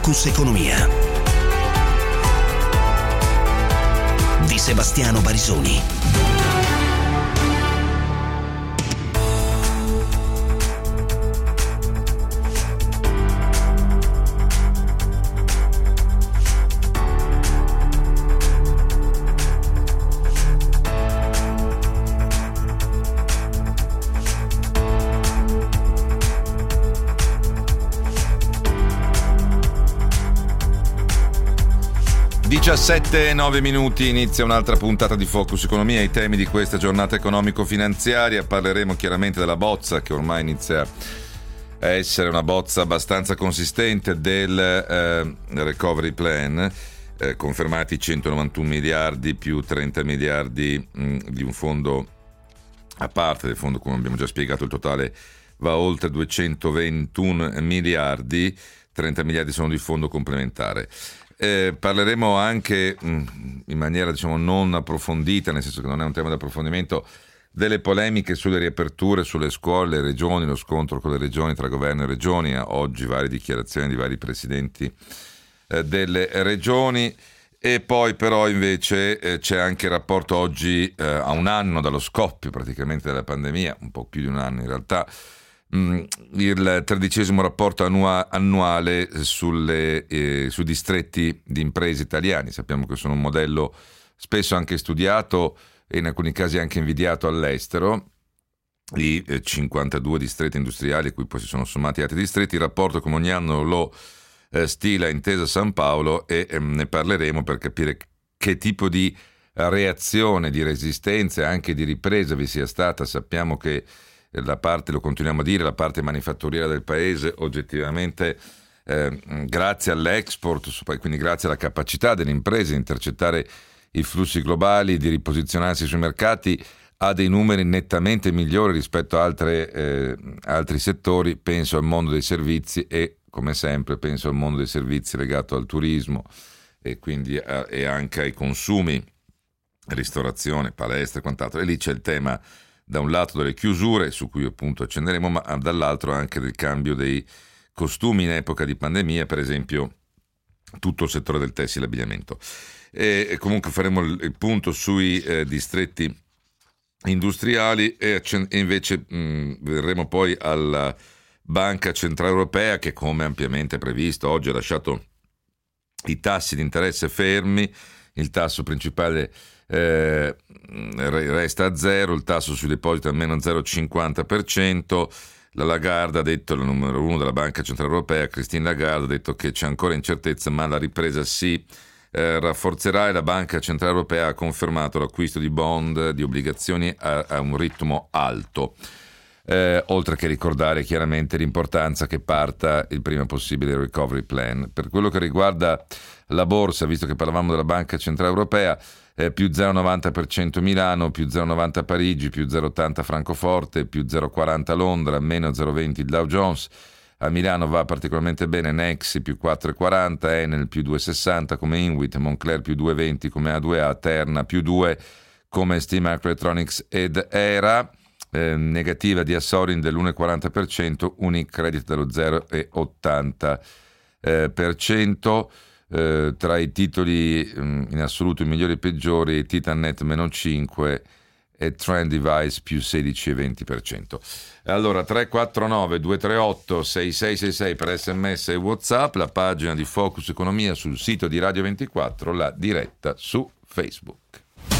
Focus Economia di Sebastiano Barisoni. Diciassette, 9 minuti, inizia un'altra puntata di Focus Economia. I temi di questa giornata economico-finanziaria: parleremo chiaramente della bozza, che ormai inizia a essere una bozza abbastanza consistente, del recovery plan, confermati 191 miliardi più 30 miliardi di un fondo a parte. Del fondo, come abbiamo già spiegato, il totale va oltre 221 miliardi, 30 miliardi sono di fondo complementare. Parleremo anche in maniera non approfondita, nel senso che non è un tema di approfondimento, delle polemiche sulle riaperture, sulle scuole, le regioni, lo scontro con le regioni, tra governo e regioni. Oggi varie dichiarazioni di vari presidenti delle regioni. E poi però invece c'è anche il rapporto oggi, a un anno dallo scoppio praticamente della pandemia, un po' più di un anno in realtà, il 13° rapporto annuale sui distretti di imprese italiani. Sappiamo che sono un modello spesso anche studiato e in alcuni casi anche invidiato all'estero, i 52 distretti industriali a cui poi si sono sommati altri distretti. Il rapporto, come ogni anno, lo stila Intesa San Paolo, e ne parleremo per capire che tipo di reazione, di resistenza e anche di ripresa vi sia stata. Sappiamo che la parte, lo continuiamo a dire, la parte manifatturiera del paese oggettivamente, grazie all'export, quindi grazie alla capacità delle imprese di intercettare i flussi globali, di riposizionarsi sui mercati, ha dei numeri nettamente migliori rispetto a altri settori. Penso al mondo dei servizi e, come sempre, penso al mondo dei servizi legato al turismo e quindi e anche ai consumi, ristorazione, palestre e quant'altro. E lì c'è il tema, da un lato, delle chiusure, su cui appunto accenderemo, ma dall'altro anche del cambio dei costumi in epoca di pandemia, per esempio tutto il settore del tessile e abbigliamento. E comunque faremo il punto sui distretti industriali e invece verremo poi alla Banca Centrale Europea, che, come ampiamente previsto, oggi ha lasciato i tassi di interesse fermi. Il tasso principale resta a zero, il tasso sui depositi a meno 0,50%. La Lagarde ha detto, la numero uno della Banca Centrale Europea, Christine Lagarde, ha detto che c'è ancora incertezza, ma la ripresa si rafforzerà, e la Banca Centrale Europea ha confermato l'acquisto di bond, di obbligazioni a un ritmo alto. Oltre che ricordare chiaramente l'importanza che parta il prima possibile il recovery plan. Per quello che riguarda la borsa, visto che parlavamo della Banca Centrale Europea, più 0,90% Milano, più 0,90 Parigi, più 0,80 Francoforte, più 0,40 Londra, meno 0,20 il Dow Jones. A Milano va particolarmente bene Nexi, più 4,40, Enel più 2,60 come Inwit, Moncler più 2,20 come A2A, Terna più 2 come ST Microelectronics ed Era. Negativa di Assorin dell'1,40%, Unicredit dello 0,80%. Tra i titoli in assoluto i migliori e i peggiori, Titannet meno 5 e Trend Device più 16,20%. Allora 349 238 6666 per SMS e WhatsApp, la pagina di Focus Economia sul sito di Radio 24, la diretta su Facebook.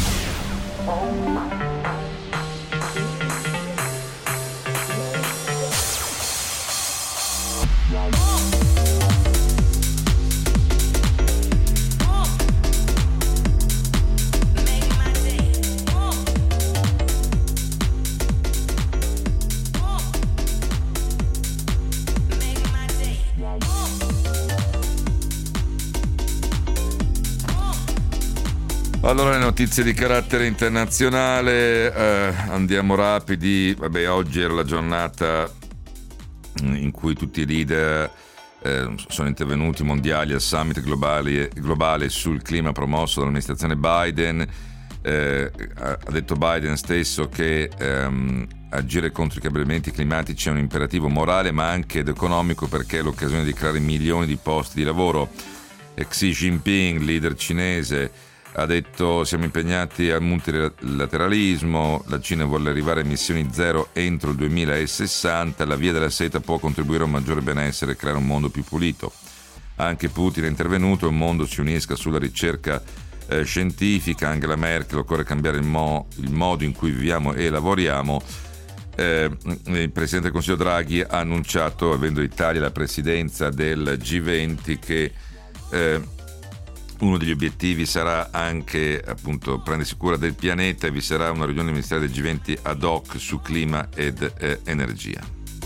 Allora, le notizie di carattere internazionale, andiamo rapidi. Oggi era la giornata in cui tutti i leader sono intervenuti mondiali al summit globale sul clima promosso dall'amministrazione Biden. ha detto Biden stesso che agire contro i cambiamenti climatici è un imperativo morale ma anche ed economico, perché è l'occasione di creare milioni di posti di lavoro. Xi Jinping, leader cinese, ha detto: siamo impegnati al multilateralismo, la Cina vuole arrivare a emissioni zero entro il 2060, la via della seta può contribuire a un maggiore benessere e creare un mondo più pulito. Anche Putin è intervenuto: il mondo si unisca sulla ricerca scientifica. Angela Merkel: occorre cambiare il modo in cui viviamo e lavoriamo. Il Presidente del Consiglio Draghi ha annunciato, avendo l'Italia la presidenza del G20, che uno degli obiettivi sarà anche appunto prendersi cura del pianeta, e vi sarà una riunione ministeriale del G20 ad hoc su clima ed energia.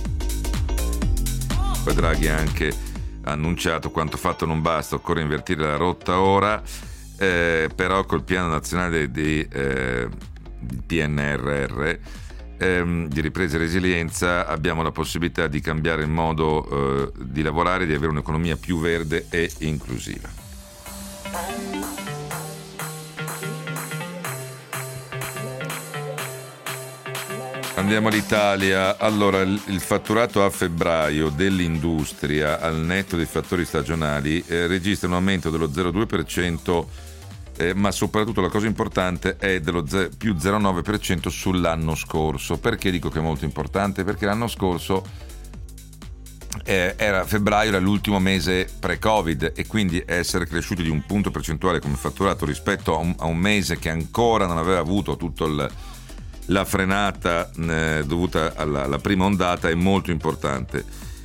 Poi Draghi ha anche annunciato: quanto fatto non basta, occorre invertire la rotta ora, però col piano nazionale di PNRR di ripresa e resilienza abbiamo la possibilità di cambiare il modo di lavorare, di avere un'economia più verde e inclusiva. Andiamo all'Italia. Allora, il fatturato a febbraio dell'industria, al netto dei fattori stagionali, registra un aumento dello 0,2%, ma soprattutto la cosa importante è dello più 0,9% sull'anno scorso. Perché dico che è molto importante? Perché l'anno scorso febbraio era l'ultimo mese pre-Covid, e quindi essere cresciuti di un punto percentuale come fatturato rispetto a un mese che ancora non aveva avuto tutto la frenata dovuta alla prima ondata è molto importante.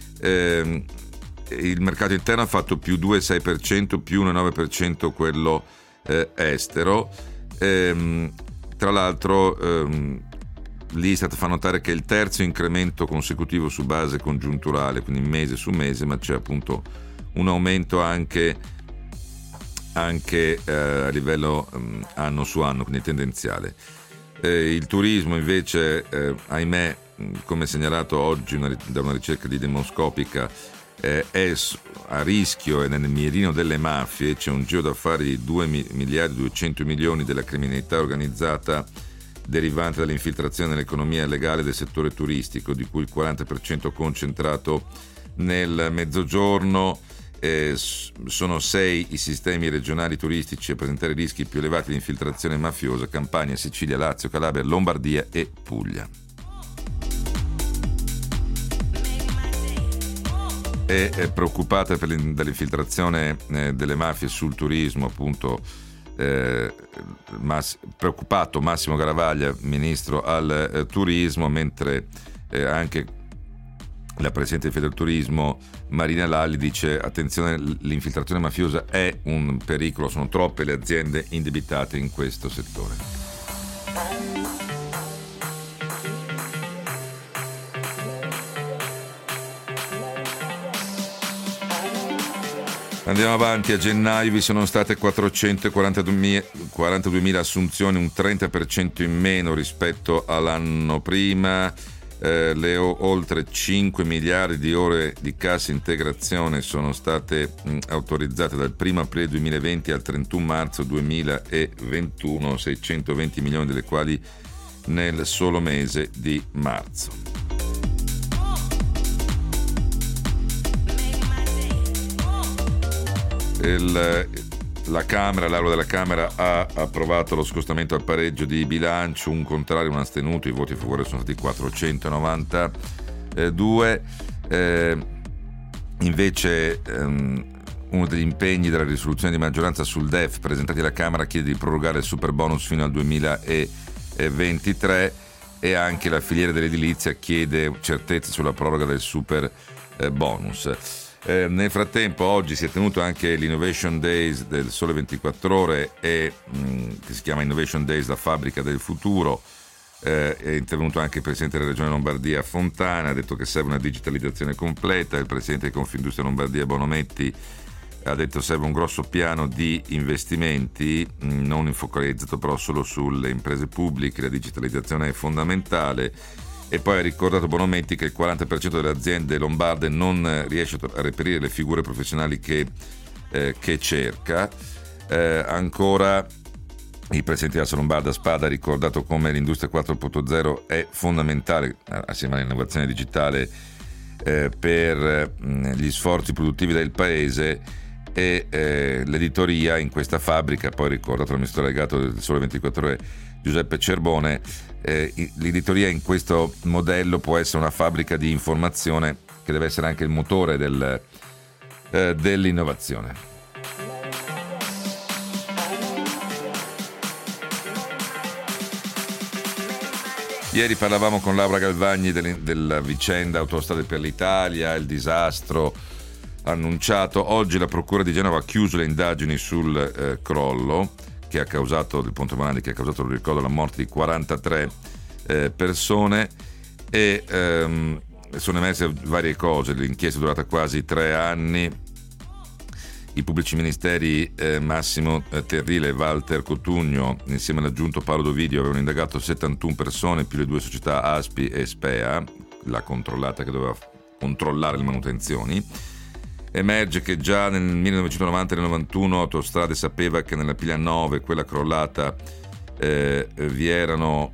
Il mercato interno ha fatto più 2,6%, più 1,9% quello estero. Tra l'altro l'Istat fa notare che è il terzo incremento consecutivo su base congiunturale, quindi mese su mese, ma c'è appunto un aumento anche a livello anno su anno, quindi tendenziale. Il turismo invece, ahimè, come segnalato oggi da una ricerca di Demoscopica, è a rischio e nel mirino delle mafie. C'è un giro d'affari di 2 miliardi 200 milioni della criminalità organizzata derivante dall'infiltrazione nell'economia legale del settore turistico, di cui il 40% concentrato nel Mezzogiorno. Sono 6 i sistemi regionali turistici a presentare rischi più elevati di infiltrazione mafiosa: Campania, Sicilia, Lazio, Calabria, Lombardia e Puglia. È preoccupata dall'infiltrazione delle mafie sul turismo, appunto, preoccupato Massimo Garavaglia, ministro al turismo, mentre anche la presidente di Federturismo Marina Lalli dice: attenzione, l'infiltrazione mafiosa è un pericolo, sono troppe le aziende indebitate in questo settore. Andiamo avanti. A gennaio vi sono state 442.000 assunzioni, un 30% in meno rispetto all'anno prima. Le oltre 5 miliardi di ore di cassa integrazione sono state autorizzate dal 1 aprile 2020 al 31 marzo 2021, 620 milioni delle quali nel solo mese di marzo. L'Aula della Camera ha approvato lo scostamento al pareggio di bilancio, un contrario, un astenuto. I voti a favore sono stati 492. Invece uno degli impegni della risoluzione di maggioranza sul DEF presentati alla Camera chiede di prorogare il superbonus fino al 2023, e anche la filiera dell'edilizia chiede certezze sulla proroga del superbonus. Nel frattempo oggi si è tenuto anche l'Innovation Days del Sole 24 Ore, che si chiama Innovation Days, la fabbrica del futuro. È intervenuto anche il presidente della regione Lombardia Fontana, ha detto che serve una digitalizzazione completa. Il presidente di Confindustria Lombardia Bonometti ha detto che serve un grosso piano di investimenti, non focalizzato però solo sulle imprese pubbliche. La digitalizzazione è fondamentale. E poi ha ricordato Bonometti che il 40% delle aziende lombarde non riesce a reperire le figure professionali che cerca. Ancora Il presidente della Lombarda Spada ha ricordato come l'industria 4.0 è fondamentale, assieme all'innovazione digitale, per gli sforzi produttivi del paese, e l'editoria in questa fabbrica, poi ricordato l'amministratore delegato del Sole 24 Ore Giuseppe Cerbone, l'editoria in questo modello può essere una fabbrica di informazione che deve essere anche il motore dell'innovazione. Ieri parlavamo con Laura Galvagni della vicenda Autostrade per l'Italia, il disastro annunciato. Oggi la Procura di Genova ha chiuso le indagini sul crollo che ha causato, del Ponte Morandi, che ha causato, lo ricordo, la morte di 43 persone, e sono emerse varie cose. L'inchiesta è durata quasi 3 anni. I pubblici ministeri Massimo Terrile e Walter Cotugno, insieme all'aggiunto Paolo Dovidio, avevano indagato 71 persone più le 2 società ASPI e SPEA, la controllata che doveva controllare le manutenzioni. Emerge che già nel 1990 e nel 91 Autostrade sapeva che nella pila 9, quella crollata, vi erano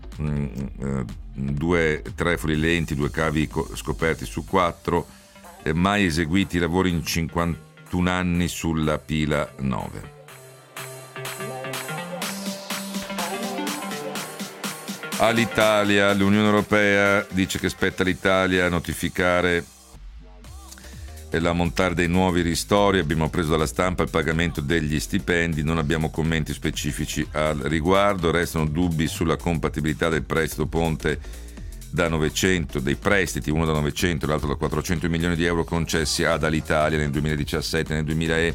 2 trefoli lenti, 2 cavi scoperti su 4, mai eseguiti i lavori in 51 anni sulla pila 9. All'Italia, l'Unione Europea dice che spetta all'Italia notificare l'ammontare dei nuovi ristori. Abbiamo preso dalla stampa il pagamento degli stipendi, non abbiamo commenti specifici al riguardo. Restano dubbi sulla compatibilità del prestito ponte da 900, dei prestiti, uno da 900 e l'altro da 400 milioni di euro concessi ad Alitalia nel 2017 e nel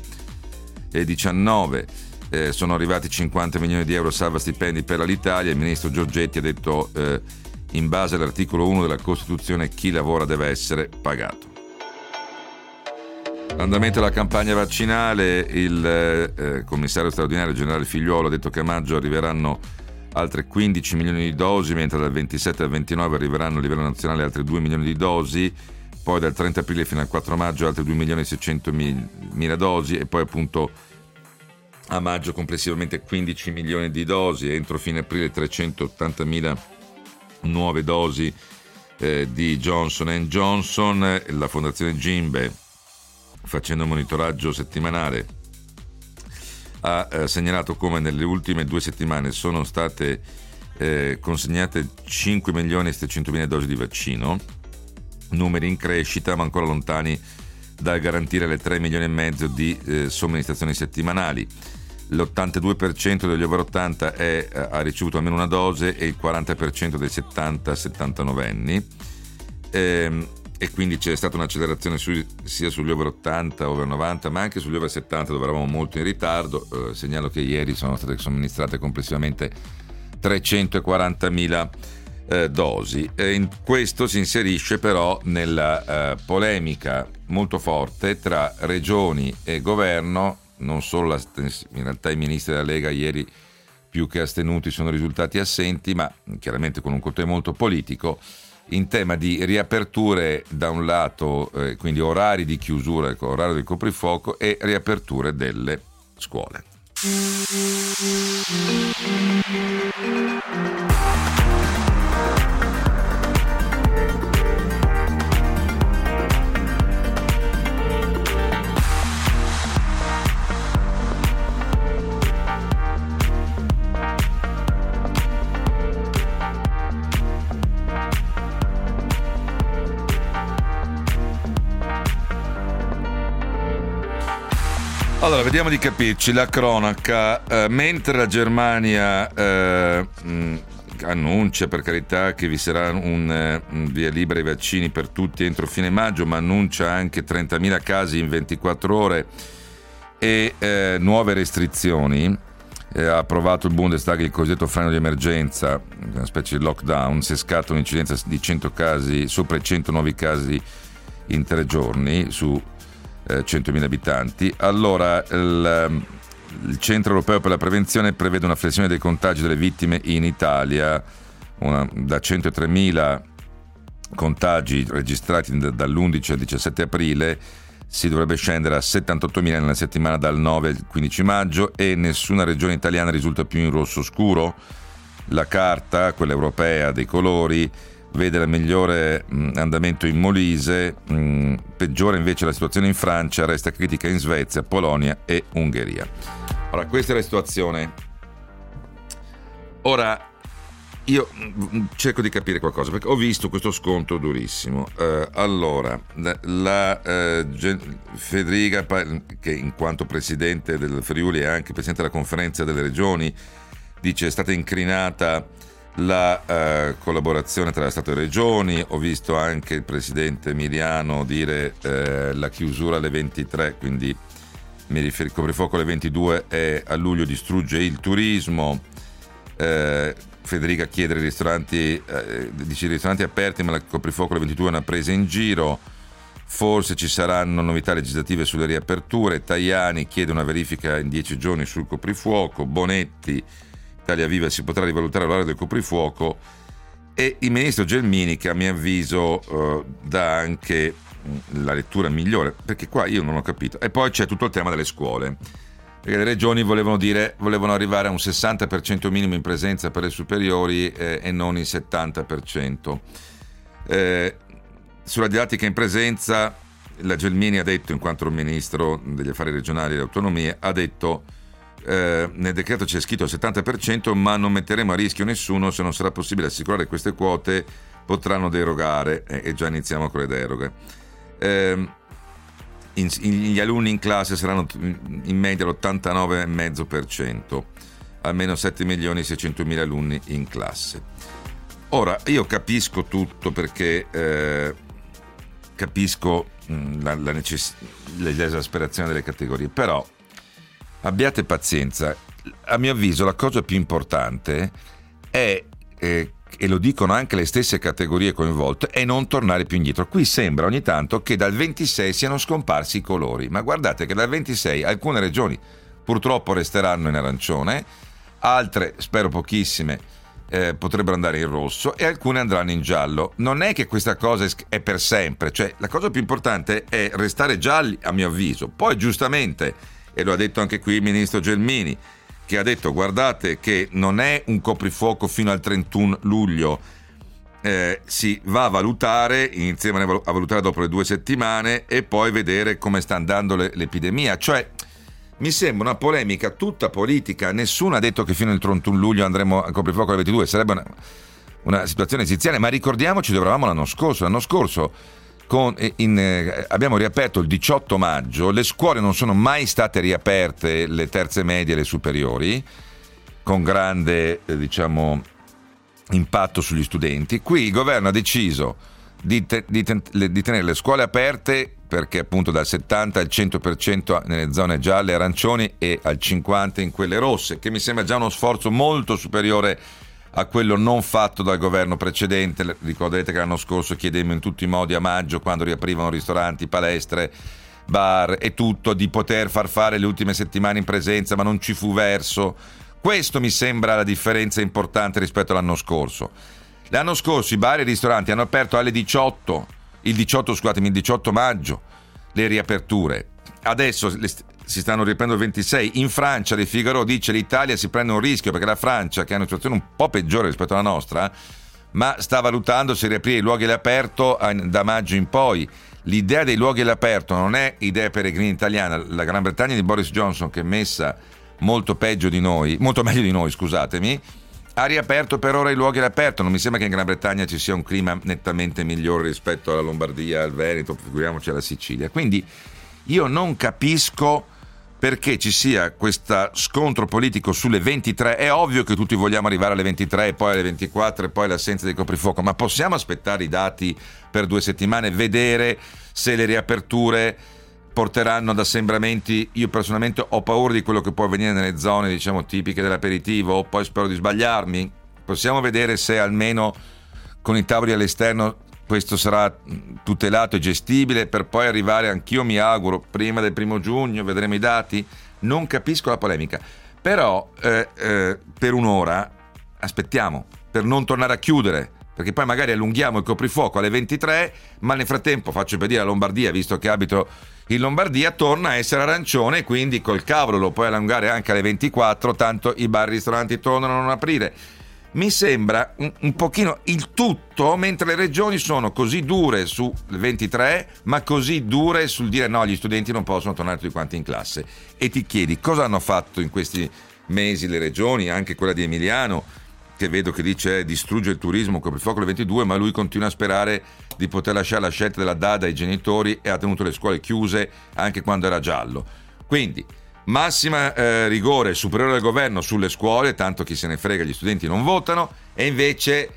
2019. Sono arrivati 50 milioni di euro salva stipendi per l'Alitalia. Il ministro Giorgetti ha detto in base all'articolo 1 della Costituzione chi lavora deve essere pagato. L'andamento della campagna vaccinale, il commissario straordinario generale Figliuolo ha detto che a maggio arriveranno altre 15 milioni di dosi, mentre dal 27 al 29 arriveranno a livello nazionale altre 2 milioni di dosi, poi dal 30 aprile fino al 4 maggio altre 2 milioni e 600 mila dosi, e poi appunto a maggio complessivamente 15 milioni di dosi, entro fine aprile 380 mila nuove dosi di Johnson & Johnson. La fondazione Gimbe, facendo un monitoraggio settimanale, ha segnalato come nelle ultime 2 settimane sono state consegnate 5 milioni e 700 mila dosi di vaccino, numeri in crescita ma ancora lontani dal garantire le 3 milioni e mezzo di somministrazioni settimanali. L'82% degli over 80 ha ricevuto almeno una dose e il 40% dei 70-79 anni, e quindi c'è stata un'accelerazione sia sugli over 80, over 90, ma anche sugli over 70, dove eravamo molto in ritardo. Segnalo che ieri sono state somministrate complessivamente 340.000 dosi. In questo si inserisce però nella polemica molto forte tra regioni e governo. Non solo in realtà i ministri della Lega ieri più che astenuti sono risultati assenti, ma chiaramente con un cocktail molto politico in tema di riaperture da un lato, quindi orari di chiusura, orario del coprifuoco, e riaperture delle scuole. Allora, vediamo di capirci la cronaca. Mentre la Germania annuncia, per carità, che vi sarà un via libera ai vaccini per tutti entro fine maggio, ma annuncia anche 30.000 casi in 24 ore e nuove restrizioni, ha approvato il Bundestag il cosiddetto freno di emergenza, una specie di lockdown, se scatta un'incidenza di 100 casi, sopra i 100 nuovi casi in 3 giorni su 100.000 abitanti. Allora il Centro Europeo per la Prevenzione prevede una flessione dei contagi delle vittime in Italia, da 103.000 contagi registrati dall'11 al 17 aprile, si dovrebbe scendere a 78.000 nella settimana dal 9 al 15 maggio e nessuna regione italiana risulta più in rosso scuro. La carta, quella europea dei colori, vede il migliore andamento in Molise, peggiore invece la situazione in Francia, resta critica in Svezia, Polonia e Ungheria. Ora, questa è la situazione. Ora, io cerco di capire qualcosa, perché ho visto questo scontro durissimo. Allora, Federica, che in quanto presidente del Friuli è anche presidente della conferenza delle regioni, dice è stata incrinata la collaborazione tra Stato e Regioni. Ho visto anche il presidente Emiliano dire la chiusura alle 23, quindi mi riferisco, il coprifuoco alle 22 a luglio distrugge il turismo. Federica chiede ai ristoranti, dice i ristoranti aperti ma il coprifuoco alle 22 è una presa in giro, forse ci saranno novità legislative sulle riaperture. Tajani chiede una verifica in 10 giorni sul coprifuoco. Bonetti, Italia Viva, si potrà rivalutare l'orario del coprifuoco. E il ministro Gelmini, che a mio avviso dà anche la lettura migliore, perché qua io non ho capito. E poi c'è tutto il tema delle scuole, perché le regioni volevano arrivare a un 60% minimo in presenza per le superiori e non il 70%. Sulla didattica in presenza, la Gelmini ha detto, in quanto ministro degli affari regionali e delle autonomie, ha detto nel decreto c'è scritto il 70%, ma non metteremo a rischio nessuno, se non sarà possibile assicurare queste quote potranno derogare, e già iniziamo con le deroghe. Gli alunni in classe saranno in media l'89,5%, almeno 7.600.000 alunni in classe. Ora, io capisco tutto, perché capisco l'esasperazione delle categorie, però abbiate pazienza. A mio avviso la cosa più importante è, e lo dicono anche le stesse categorie coinvolte, è non tornare più indietro. Qui sembra ogni tanto che dal 26 siano scomparsi i colori, ma guardate che dal 26 alcune regioni purtroppo resteranno in arancione, altre, spero pochissime, potrebbero andare in rosso, e alcune andranno in giallo. Non è che questa cosa è per sempre, cioè la cosa più importante è restare gialli, a mio avviso. Poi giustamente, e lo ha detto anche qui il ministro Gelmini, che ha detto guardate che non è un coprifuoco fino al 31 luglio, si va a valutare, iniziamo a valutare dopo le 2 settimane e poi vedere come sta andando l'epidemia. Cioè mi sembra una polemica tutta politica. Nessuno ha detto che fino al 31 luglio andremo al coprifuoco alle 22, sarebbe una situazione esiziale, ma ricordiamoci dove eravamo l'anno scorso. Abbiamo riaperto il 18 maggio, le scuole non sono mai state riaperte, le terze medie e le superiori, con grande impatto sugli studenti. Qui il governo ha deciso di tenere le scuole aperte, perché appunto dal 70 al 100% nelle zone gialle e arancioni e al 50% in quelle rosse, che mi sembra già uno sforzo molto superiore a quello non fatto dal governo precedente. Ricorderete che l'anno scorso chiedemmo in tutti i modi a maggio, quando riaprivano ristoranti, palestre, bar e tutto, di poter far fare le ultime settimane in presenza, ma non ci fu verso. Questo mi sembra la differenza importante rispetto all'anno scorso. L'anno scorso i bar e i ristoranti hanno aperto alle 18, il 18 maggio, le riaperture. Adesso si stanno riprendendo il 26. In Francia De Figaro dice l'Italia si prende un rischio, perché la Francia, che ha una situazione un po' peggiore rispetto alla nostra, ma sta valutando se riaprire i luoghi all'aperto da maggio in poi. L'idea dei luoghi all'aperto non è idea peregrina italiana. La Gran Bretagna di Boris Johnson, che è messa molto meglio di noi, scusatemi, ha riaperto per ora i luoghi all'aperto. Non mi sembra che in Gran Bretagna ci sia un clima nettamente migliore rispetto alla Lombardia, al Veneto, figuriamoci alla Sicilia. Quindi io non capisco perché ci sia questo scontro politico sulle 23. È ovvio che tutti vogliamo arrivare alle 23 e poi alle 24 e poi l'assenza del coprifuoco, ma possiamo aspettare i dati per 2 settimane, vedere se le riaperture porteranno ad assembramenti? Io personalmente ho paura di quello che può avvenire nelle zone, tipiche dell'aperitivo, poi spero di sbagliarmi. Possiamo vedere se almeno con i tavoli all'esterno questo sarà tutelato e gestibile, per poi arrivare, anch'io mi auguro, prima del 1 giugno, vedremo i dati. Non capisco la polemica, però per un'ora aspettiamo, per non tornare a chiudere, perché poi magari allunghiamo il coprifuoco alle 23, ma nel frattempo, faccio per dire, la Lombardia, visto che abito in Lombardia, torna a essere arancione, quindi col cavolo lo puoi allungare anche alle 24, tanto i bar e i ristoranti tornano a non aprire. Mi sembra un pochino il tutto, mentre le regioni sono così dure sul 23, ma così dure sul dire no, gli studenti non possono tornare tutti quanti in classe. E ti chiedi cosa hanno fatto in questi mesi le regioni, anche quella di Emiliano, che vedo che dice distrugge il turismo, coprifuoco alle 22, ma lui continua a sperare di poter lasciare la scelta della DAD ai genitori e ha tenuto le scuole chiuse anche quando era giallo. Quindi massima rigore superiore al governo sulle scuole, tanto chi se ne frega, gli studenti non votano, e invece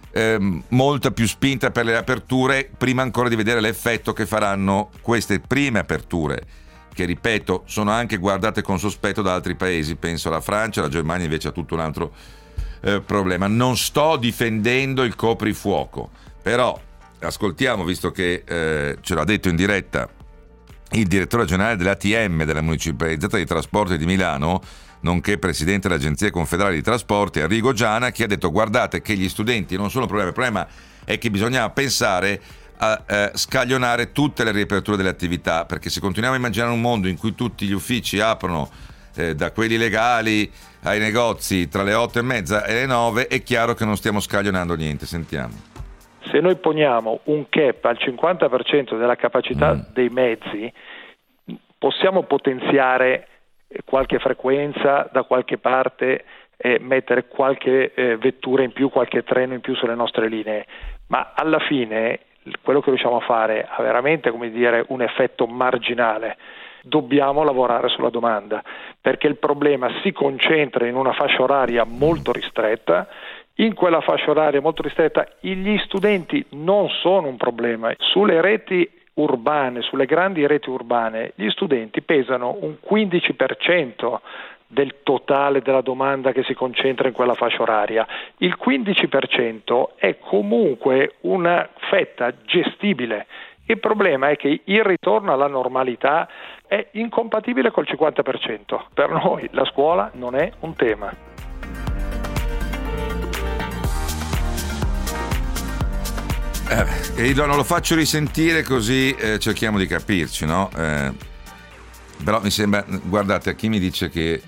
molta più spinta per le aperture, prima ancora di vedere l'effetto che faranno queste prime aperture, che ripeto sono anche guardate con sospetto da altri paesi, penso alla Francia, la Germania invece ha tutto un altro problema. Non sto difendendo il coprifuoco, però ascoltiamo, visto che ce l'ha detto in diretta il direttore generale dell'ATM, della Municipalizzata dei Trasporti di Milano, nonché presidente dell'Agenzia Confederale di Trasporti, Arrigo Giana, che ha detto guardate che gli studenti non sono il problema è che bisogna pensare a scaglionare tutte le riaperture delle attività, perché se continuiamo a immaginare un mondo in cui tutti gli uffici aprono da quelli legali ai negozi tra le 8:30 e le 9, è chiaro che non stiamo scaglionando niente. Sentiamo. Se noi poniamo un cap al 50% della capacità dei mezzi, possiamo potenziare qualche frequenza da qualche parte e mettere qualche vettura in più, qualche treno in più sulle nostre linee, ma alla fine quello che riusciamo a fare ha veramente, come dire, un effetto marginale. Dobbiamo lavorare sulla domanda, perché il problema si concentra in una fascia oraria molto ristretta. In quella fascia oraria molto ristretta gli studenti non sono un problema. Sulle reti urbane, sulle grandi reti urbane, gli studenti pesano un 15% del totale della domanda che si concentra in quella fascia oraria. Il 15% è comunque una fetta gestibile. Il problema è che il ritorno alla normalità è incompatibile col 50%. Per noi la scuola non è un tema. Non lo faccio risentire così cerchiamo di capirci, no? Però mi sembra, guardate, a chi mi dice che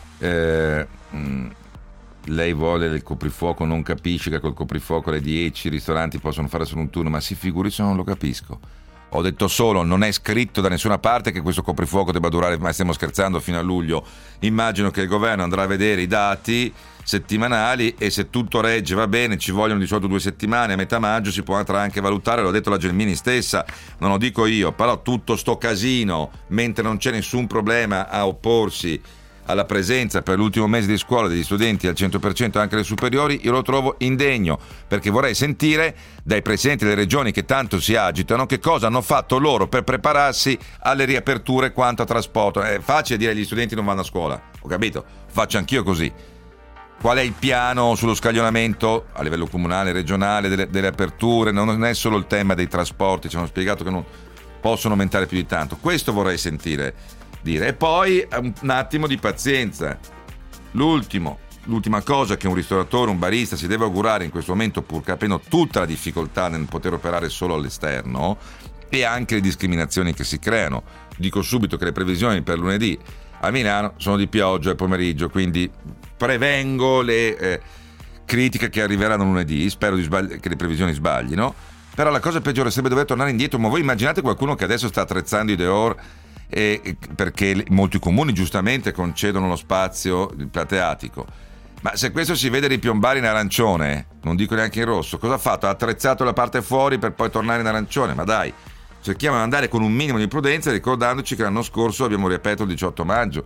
lei vuole il coprifuoco, non capisce che col coprifuoco alle 10 i ristoranti possono fare solo un turno, ma si figuri se non lo capisco. Ho detto solo, non è scritto da nessuna parte che questo coprifuoco debba durare, ma stiamo scherzando, fino a luglio. Immagino che il governo andrà a vedere i dati settimanali e se tutto regge va bene, ci vogliono di solito 2 settimane, a metà maggio si potrà anche valutare, l'ho detto la Gelmini stessa, non lo dico io, però tutto sto casino, mentre non c'è nessun problema a opporsi alla presenza per l'ultimo mese di scuola degli studenti al 100% anche le superiori, io lo trovo indegno, perché vorrei sentire dai presidenti delle regioni che tanto si agitano che cosa hanno fatto loro per prepararsi alle riaperture quanto a trasporto. È facile dire agli studenti non vanno a scuola, ho capito, faccio anch'io così. Qual è il piano sullo scaglionamento a livello comunale, regionale, delle aperture? Non è solo il tema dei trasporti, ci hanno spiegato che non possono aumentare più di tanto. Questo vorrei sentire dire. E poi un attimo di pazienza. L'ultima cosa che un ristoratore, un barista si deve augurare in questo momento, pur capendo tutta la difficoltà nel poter operare solo all'esterno e anche le discriminazioni che si creano. Dico subito che le previsioni per lunedì a Milano sono di pioggia al pomeriggio, quindi prevengo le critiche che arriveranno lunedì, spero che le previsioni sbaglino, però la cosa peggiore sarebbe dover tornare indietro. Ma voi immaginate qualcuno che adesso sta attrezzando i dehors perché molti comuni giustamente concedono lo spazio plateatico, ma se questo si vede ripiombare in arancione, non dico neanche in rosso, cosa ha fatto? Ha attrezzato la parte fuori per poi tornare in arancione? Ma dai, cerchiamo di andare con un minimo di prudenza, ricordandoci che l'anno scorso abbiamo riaperto il 18 maggio.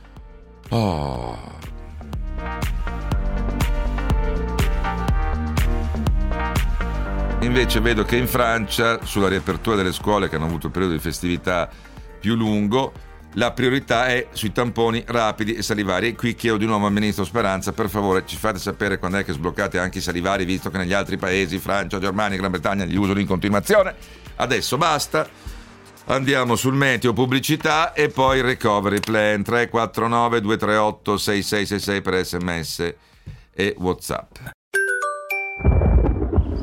Invece vedo che in Francia, sulla riapertura delle scuole che hanno avuto il periodo di festività più lungo, la priorità è sui tamponi rapidi e salivari. E qui chiedo di nuovo al ministro Speranza, per favore ci fate sapere quando è che sbloccate anche i salivari, visto che negli altri paesi, Francia, Germania, Gran Bretagna, li usano in continuazione. Adesso basta, andiamo sul meteo, pubblicità e poi il recovery plan. 349 238 6666 per SMS e WhatsApp.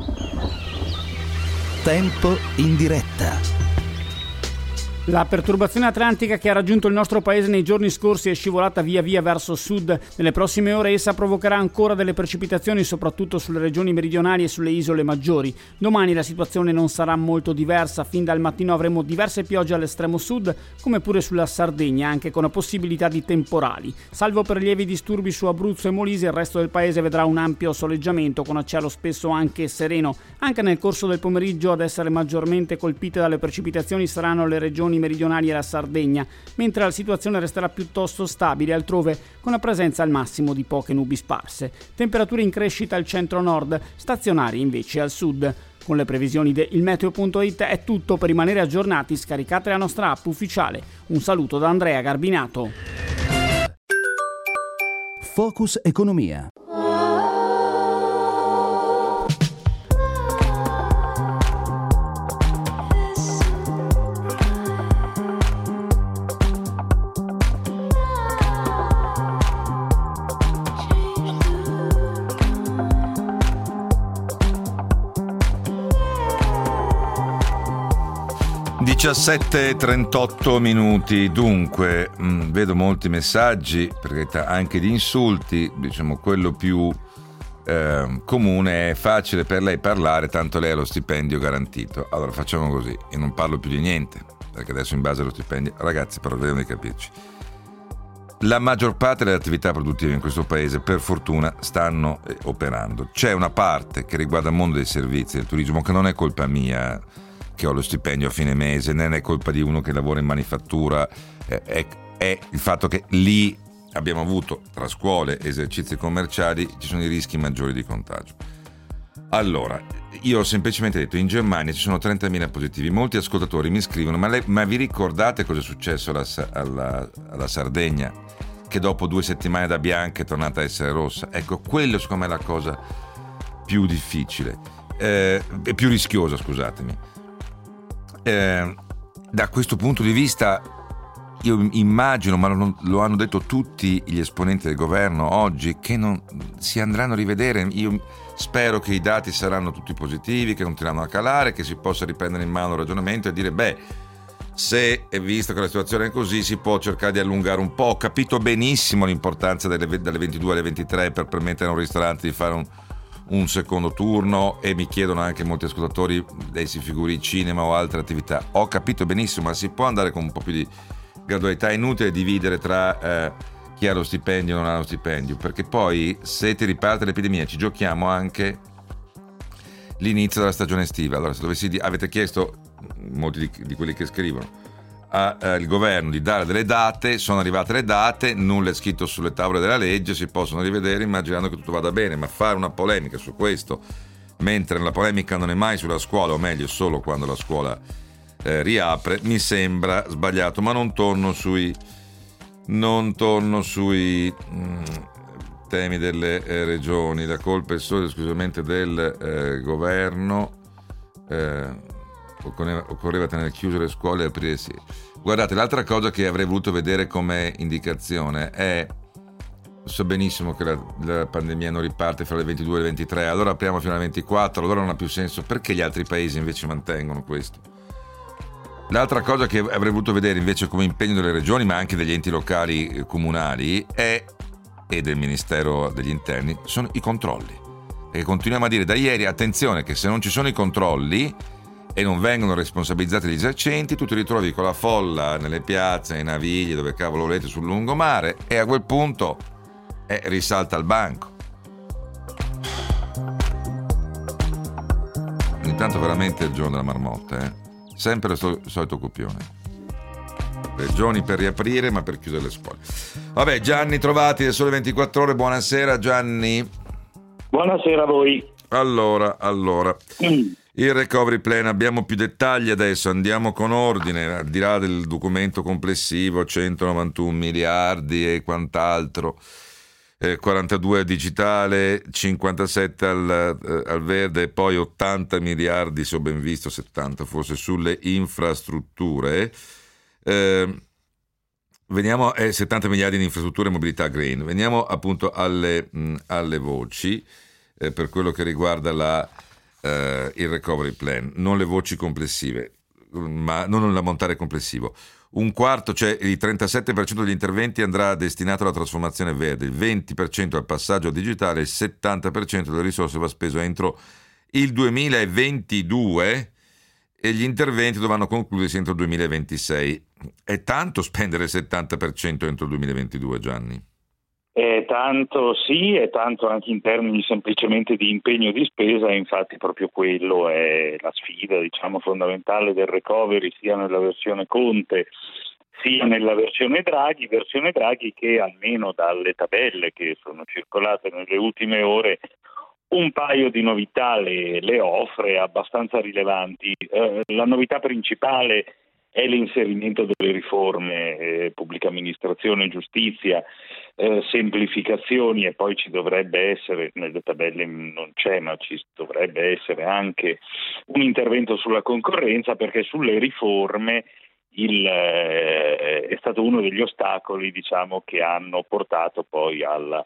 Tempo in diretta. La perturbazione atlantica che ha raggiunto il nostro paese nei giorni scorsi è scivolata via via verso sud. Nelle prossime ore essa provocherà ancora delle precipitazioni, soprattutto sulle regioni meridionali e sulle isole maggiori. Domani la situazione non sarà molto diversa. Fin dal mattino avremo diverse piogge all'estremo sud, come pure sulla Sardegna, anche con la possibilità di temporali. Salvo per lievi disturbi su Abruzzo e Molise, il resto del paese vedrà un ampio soleggiamento con cielo spesso anche sereno. Anche nel corso del pomeriggio ad essere maggiormente colpite dalle precipitazioni saranno le regioni meridionali e la Sardegna, mentre la situazione resterà piuttosto stabile altrove, con la presenza al massimo di poche nubi sparse. Temperature in crescita al centro-nord, stazionari invece al sud. Con le previsioni di ilmeteo.it è tutto. Per rimanere aggiornati scaricate la nostra app ufficiale. Un saluto da Andrea Garbinato. Focus Economia. 17:38 minuti. Dunque, vedo molti messaggi, per carità, anche di insulti. Diciamo, quello più comune è: facile per lei parlare, tanto lei ha lo stipendio garantito. Allora facciamo così, e non parlo più di niente, perché adesso in base allo stipendio, ragazzi, però vediamo di capirci. La maggior parte delle attività produttive in questo paese, per fortuna, stanno operando. C'è una parte che riguarda il mondo dei servizi, del turismo, che non è colpa mia che ho lo stipendio a fine mese, non è colpa di uno che lavora in manifattura, è il fatto che lì abbiamo avuto, tra scuole e esercizi commerciali, ci sono i rischi maggiori di contagio. Allora, io ho semplicemente detto: in Germania ci sono 30.000 positivi. Molti ascoltatori mi scrivono: ma vi ricordate cosa è successo alla Sardegna, che dopo 2 settimane da bianca è tornata a essere rossa? Ecco, quello secondo me è la cosa più difficile, più rischiosa, scusatemi. Da questo punto di vista io immagino, ma lo hanno detto tutti gli esponenti del governo oggi, che non si andranno a rivedere. Io spero che i dati saranno tutti positivi, che continueranno a calare, che si possa riprendere in mano il ragionamento e dire: beh, se è visto che la situazione è così, si può cercare di allungare un po'. Ho capito benissimo l'importanza dalle 22 alle 23 per permettere a un ristorante di fare un secondo turno, e mi chiedono anche molti ascoltatori: lei si figuri cinema o altre attività. Ho capito benissimo, ma si può andare con un po' più di gradualità. È inutile dividere tra chi ha lo stipendio e non ha lo stipendio, perché poi, se ti riparte l'epidemia, ci giochiamo anche l'inizio della stagione estiva. Allora, se avete chiesto, molti di quelli che scrivono, al governo di dare delle date, sono arrivate le date, nulla è scritto sulle tavole della legge, si possono rivedere immaginando che tutto vada bene, ma fare una polemica su questo, mentre la polemica non è mai sulla scuola, o meglio solo quando la scuola riapre, mi sembra sbagliato. Ma non torno sui temi delle regioni. La colpa è solo esclusivamente del governo. Occorreva tenere chiuse le scuole e aprire. Sì. Guardate, l'altra cosa che avrei voluto vedere come indicazione è: so benissimo che la pandemia non riparte fra le 22 e le 23, allora apriamo fino alle 24, allora non ha più senso. Perché gli altri paesi invece mantengono questo? L'altra cosa che avrei voluto vedere invece come impegno delle regioni, ma anche degli enti locali comunali e del Ministero degli Interni, sono i controlli. Perché continuiamo a dire da ieri: attenzione, che se non ci sono i controlli e non vengono responsabilizzati gli esercenti, tu ti ritrovi con la folla nelle piazze, nei navigli, dove cavolo volete, sul lungomare, e a quel punto risalta il banco. Ogni tanto veramente è il giorno della marmotta, sempre il solito copione. Regioni per riaprire, ma per chiudere le scuole. Vabbè, Gianni Trovati del Sole 24 Ore, buonasera Gianni. Buonasera a voi. Allora, il recovery plan, abbiamo più dettagli adesso, andiamo con ordine, al di là del documento complessivo, 191 miliardi e quant'altro, 42 al digitale, 57 al verde e poi 80 miliardi, se ho ben visto, 70 forse, sulle infrastrutture. Veniamo 70 miliardi in infrastrutture e mobilità green. Veniamo appunto alle voci, per quello che riguarda il recovery plan, non le voci complessive, ma non l'ammontare complessivo. Un quarto, cioè il 37% degli interventi andrà destinato alla trasformazione verde, il 20% al passaggio digitale, il 70% delle risorse va speso entro il 2022 e gli interventi dovranno concludersi entro il 2026. È tanto spendere il 70% entro il 2022, Gianni? È tanto sì, è tanto anche in termini semplicemente di impegno di spesa, e infatti proprio quello è la sfida, diciamo, fondamentale del recovery, sia nella versione Conte sia nella versione Draghi che almeno dalle tabelle che sono circolate nelle ultime ore un paio di novità le offre abbastanza rilevanti. La novità principale è l'inserimento delle riforme, pubblica amministrazione, giustizia, semplificazioni, e poi ci dovrebbe essere, nelle tabelle non c'è, ma ci dovrebbe essere anche un intervento sulla concorrenza, perché sulle riforme è stato uno degli ostacoli, diciamo, che hanno portato poi alla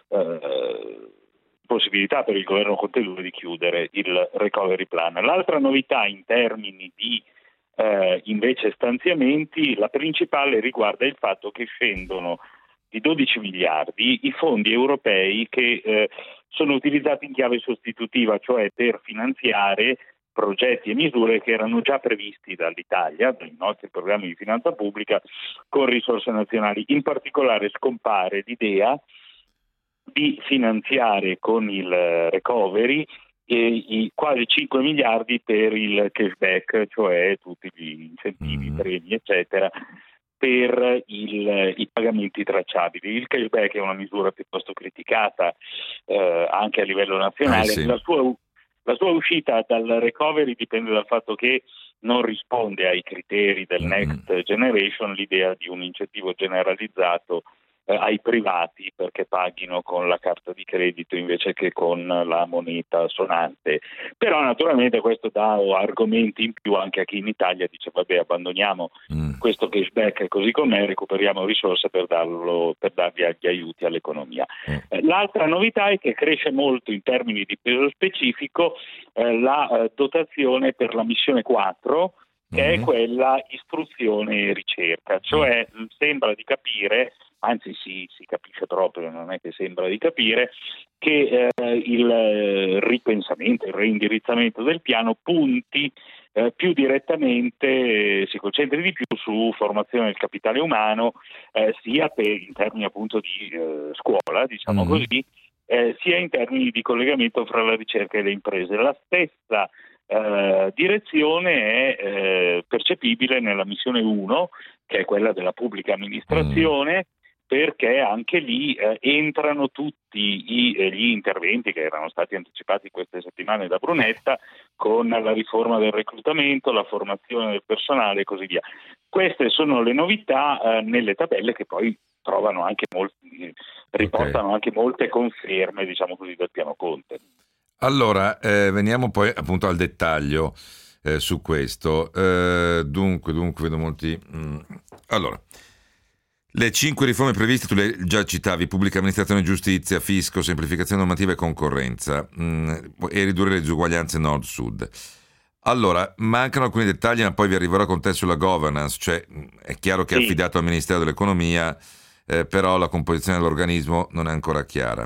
possibilità per il governo Conte 2 di chiudere il recovery plan. L'altra novità in termini di invece stanziamenti, la principale riguarda il fatto che scendono di 12 miliardi i fondi europei che sono utilizzati in chiave sostitutiva, cioè per finanziare progetti e misure che erano già previsti dall'Italia, dai nostri programmi di finanza pubblica, con risorse nazionali. In particolare scompare l'idea di finanziare con il recovery i quasi 5 miliardi per il cashback, cioè tutti gli incentivi, premi, eccetera, per i pagamenti tracciabili. Il cashback è una misura piuttosto criticata anche a livello nazionale. Sì. La sua uscita dal recovery dipende dal fatto che non risponde ai criteri del Next Generation, l'idea di un incentivo generalizzato ai privati perché paghino con la carta di credito invece che con la moneta sonante. Però naturalmente questo dà argomenti in più anche a chi in Italia dice vabbè, abbandoniamo questo cashback così com'è, recuperiamo risorse per dargli agli aiuti all'economia. L'altra novità è che cresce molto in termini di peso specifico la dotazione per la missione 4, che è quella istruzione e ricerca, cioè sembra di capire, anzi si capisce proprio, non è che sembra di capire, che il ripensamento, il reindirizzamento del piano punti più direttamente, si concentri di più su formazione del capitale umano, sia in termini appunto di scuola, diciamo così, sia in termini di collegamento fra la ricerca e le imprese. La stessa direzione è percepibile nella missione 1, che è quella della pubblica amministrazione, perché anche lì entrano tutti gli interventi che erano stati anticipati queste settimane da Brunetta, con la riforma del reclutamento, la formazione del personale e così via. Queste sono le novità nelle tabelle, che poi trovano anche riportano anche molte conferme, diciamo così, del piano Conte. Allora, veniamo poi appunto al dettaglio su questo. Dunque, vedo molti... Allora, le 5 riforme previste, tu le già citavi: pubblica amministrazione, giustizia, fisco, semplificazione normativa e concorrenza, e ridurre le disuguaglianze nord-sud. Allora, mancano alcuni dettagli, ma poi vi arriverò con te sulla governance, cioè è chiaro che è affidato al Ministero dell'Economia, però la composizione dell'organismo non è ancora chiara.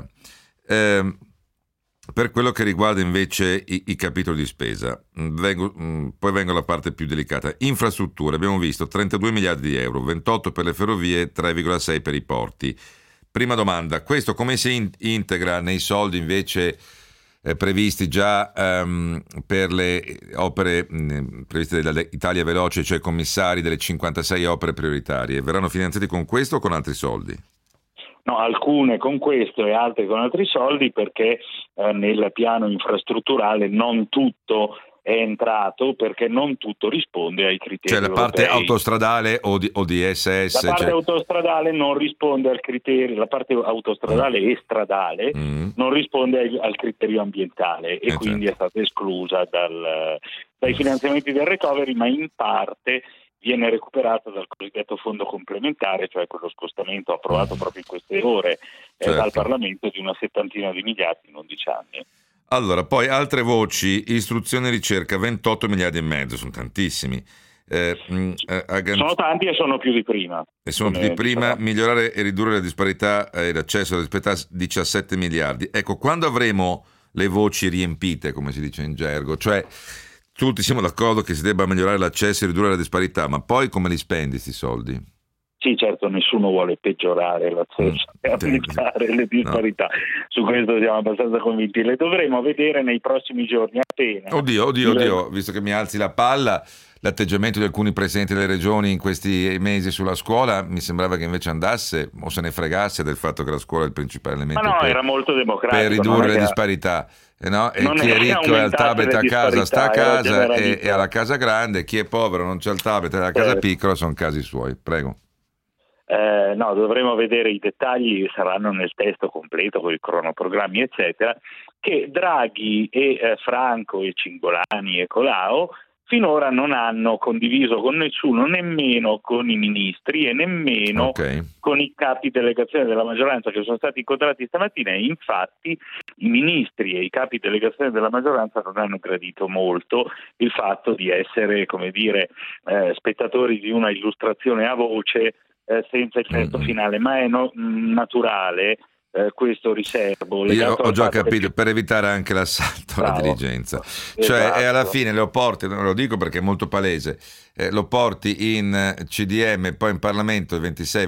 Per quello che riguarda invece i capitoli di spesa, poi vengo alla parte più delicata. Infrastrutture, abbiamo visto 32 miliardi di euro, 28 per le ferrovie, 3,6 per i porti. Prima domanda, questo come si integra nei soldi invece previsti già per le opere previste dall'Italia Veloce, cioè commissari delle 56 opere prioritarie? Verranno finanziati con questo o con altri soldi? No, alcune con questo e altre con altri soldi, perché nel piano infrastrutturale non tutto è entrato, perché non tutto risponde ai criteri europei. Cioè la parte europei. autostradale o di SS? La parte autostradale non risponde al criterio, la parte autostradale e stradale non risponde al criterio ambientale e quindi è stata esclusa dai finanziamenti del recovery, ma in parte viene recuperata dal cosiddetto fondo complementare, cioè quello scostamento approvato proprio in queste ore dal Parlamento di una settantina di miliardi in 11 anni. Allora, poi altre voci, istruzione e ricerca, 28 miliardi e mezzo, sono tantissimi. Sono tanti e sono più di prima. Migliorare e ridurre la disparità e l'accesso alla disparità, 17 miliardi. Ecco, quando avremo le voci riempite, come si dice in gergo, cioè tutti siamo d'accordo che si debba migliorare l'accesso e ridurre la disparità, ma poi come li spendi questi soldi? Sì, certo, nessuno vuole peggiorare l'accesso e aumentare le disparità. No. Su questo siamo abbastanza convinti. Le dovremo vedere nei prossimi giorni appena. Oddio, visto che mi alzi la palla, l'atteggiamento di alcuni presidenti delle regioni in questi mesi sulla scuola mi sembrava che invece andasse o se ne fregasse del fatto che la scuola è il principale elemento era molto democratico, per ridurre le disparità. No? E chi è ricco e ha il tablet a casa sta a casa e ha la casa grande, chi è povero non c'ha il tablet e ha la casa piccola, sono casi suoi. Prego. No, dovremo vedere i dettagli, saranno nel testo completo con i cronoprogrammi eccetera, che Draghi e Franco e Cingolani e Colao finora non hanno condiviso con nessuno, nemmeno con i ministri e nemmeno con i capi delegazione della maggioranza che sono stati incontrati stamattina, e infatti i ministri e i capi delegazione della maggioranza non hanno gradito molto il fatto di essere, come dire, spettatori di una illustrazione a voce senza il testo finale, ma è naturale questo riservo. Io ho già capito, per evitare anche l'assalto alla dirigenza. Cioè, e alla fine lo porti, non lo dico perché è molto palese, lo porti in CDM, poi in Parlamento il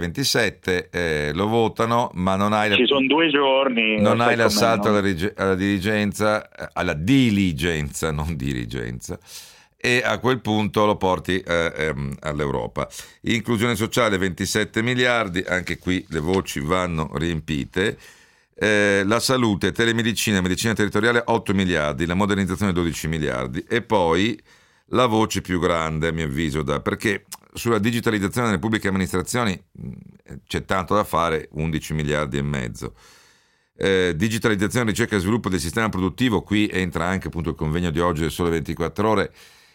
26-27, lo votano, ma non hai... Ci sono 2 giorni. Non hai l'assalto alla dirigenza, alla diligenza, non dirigenza. E a quel punto lo porti all'Europa. Inclusione sociale 27 miliardi, anche qui le voci vanno riempite. La salute, telemedicina, medicina territoriale 8 miliardi, la modernizzazione 12 miliardi e poi la voce più grande a mio avviso perché sulla digitalizzazione delle pubbliche amministrazioni c'è tanto da fare, 11 miliardi e mezzo. Digitalizzazione, ricerca e sviluppo del sistema produttivo, qui entra anche appunto il convegno di oggi del Sole 24 Ore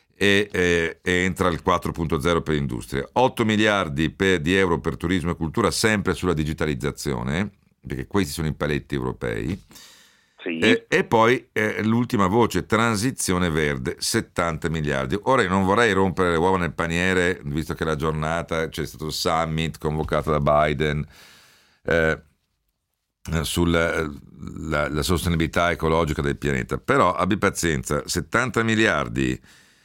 e entra il 4.0 per l'industria, 8 miliardi di euro per turismo e cultura, sempre sulla digitalizzazione, perché questi sono i paletti europei. Sì. E poi l'ultima voce, transizione verde, 70 miliardi. Ora io non vorrei rompere le uova nel paniere, visto che la giornata c'è stato il summit convocato da Biden sulla la sostenibilità ecologica del pianeta, però abbi pazienza, 70 miliardi,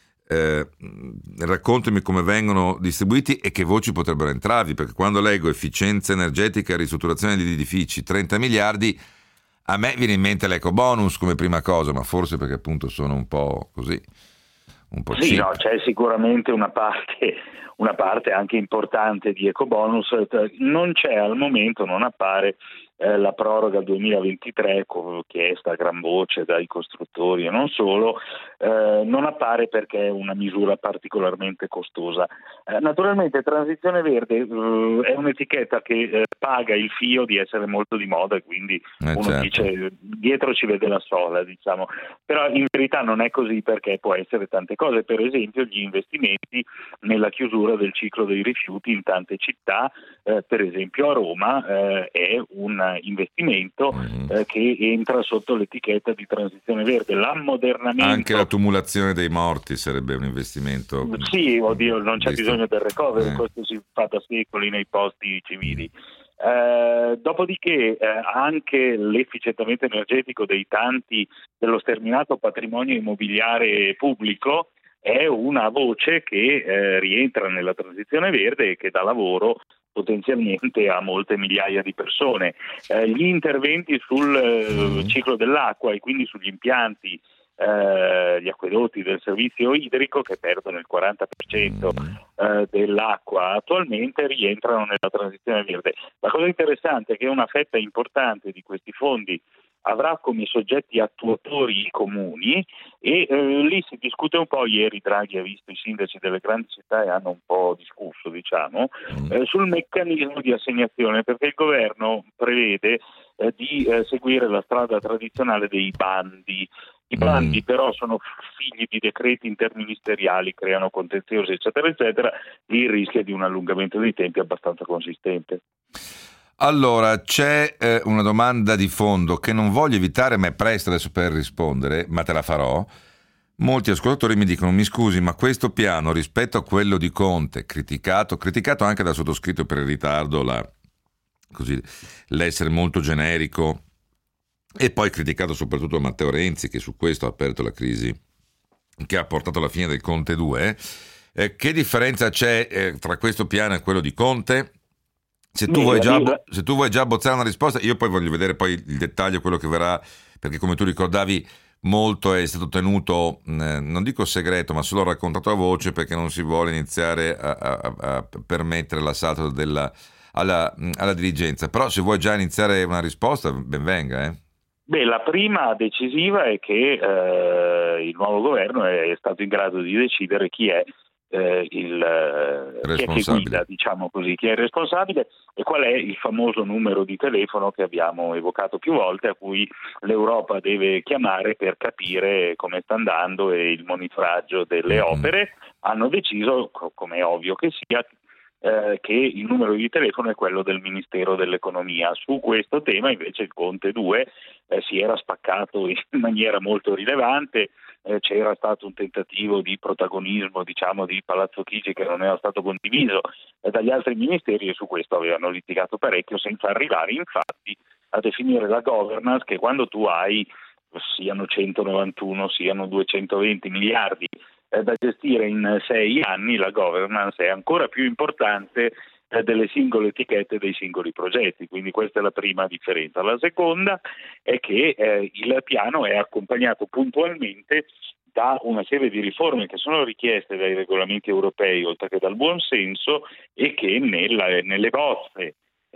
raccontami come vengono distribuiti e che voci potrebbero entrarvi, perché quando leggo efficienza energetica e ristrutturazione degli edifici 30 miliardi, a me viene in mente l'eco bonus come prima cosa, ma forse perché appunto sono un po' così, un po' sì, no, c'è sicuramente una parte anche importante di eco bonus, non c'è al momento, non appare la proroga al 2023 chiesta a gran voce dai costruttori e non solo, non appare perché è una misura particolarmente costosa. Naturalmente transizione verde è un'etichetta che paga il fio di essere molto di moda e quindi uno dice dietro ci vede la sola, diciamo, però in verità non è così, perché può essere tante cose, per esempio gli investimenti nella chiusura del ciclo dei rifiuti in tante città, per esempio a Roma è un investimento che entra sotto l'etichetta di transizione verde. L'ammodernamento, anche la tumulazione dei morti sarebbe un investimento. Sì, oddio, non c'è bisogno del recovery, questo si fa da secoli nei posti civili. Dopodiché anche l'efficientamento energetico dello sterminato patrimonio immobiliare pubblico è una voce che rientra nella transizione verde e che dà lavoro potenzialmente a molte migliaia di persone. Gli interventi sul ciclo dell'acqua e quindi sugli impianti, gli acquedotti del servizio idrico, che perdono il 40% dell'acqua attualmente, rientrano nella transizione verde. La cosa interessante è che una fetta importante di questi fondi avrà come soggetti attuatori i comuni e lì si discute un po'. Ieri Draghi ha visto i sindaci delle grandi città e hanno un po' discusso, diciamo, sul meccanismo di assegnazione, perché il governo prevede di seguire la strada tradizionale dei bandi. I bandi però sono figli di decreti interministeriali, creano contenziosi eccetera eccetera, lì il rischio di un allungamento dei tempi abbastanza consistente. Allora, c'è una domanda di fondo che non voglio evitare, ma è presto adesso per rispondere, ma te la farò. Molti ascoltatori mi dicono: mi scusi, ma questo piano rispetto a quello di Conte, criticato anche dal sottoscritto per il ritardo, l'essere molto generico, e poi criticato soprattutto da Matteo Renzi, che su questo ha aperto la crisi che ha portato alla fine del Conte 2, che differenza c'è tra questo piano e quello di Conte? Se tu vuoi già abbozzare una risposta, io poi voglio vedere poi il dettaglio, quello che verrà, perché come tu ricordavi molto è stato tenuto, non dico segreto, ma solo raccontato a voce, perché non si vuole iniziare a permettere l'assalto alla dirigenza. Però se vuoi già iniziare una risposta, ben venga. Beh, la prima decisiva è che il nuovo governo è stato in grado di decidere chi è chi è che guida, diciamo così, chi è il responsabile e qual è il famoso numero di telefono che abbiamo evocato più volte, a cui l'Europa deve chiamare per capire come sta andando e il monitoraggio delle opere. Hanno deciso, come è ovvio che sia, che il numero di telefono è quello del Ministero dell'Economia. Su questo tema invece il Conte 2 si era spaccato in maniera molto rilevante. C'era stato un tentativo di protagonismo, diciamo, di Palazzo Chigi che non era stato condiviso dagli altri ministeri, e su questo avevano litigato parecchio, senza arrivare infatti a definire la governance, che quando tu hai, siano 191, siano 220 miliardi da gestire in 6 anni, la governance è ancora più importante delle singole etichette dei singoli progetti. Quindi questa è la prima differenza. La seconda è che il piano è accompagnato puntualmente da una serie di riforme che sono richieste dai regolamenti europei oltre che dal buon senso, e che nelle bozze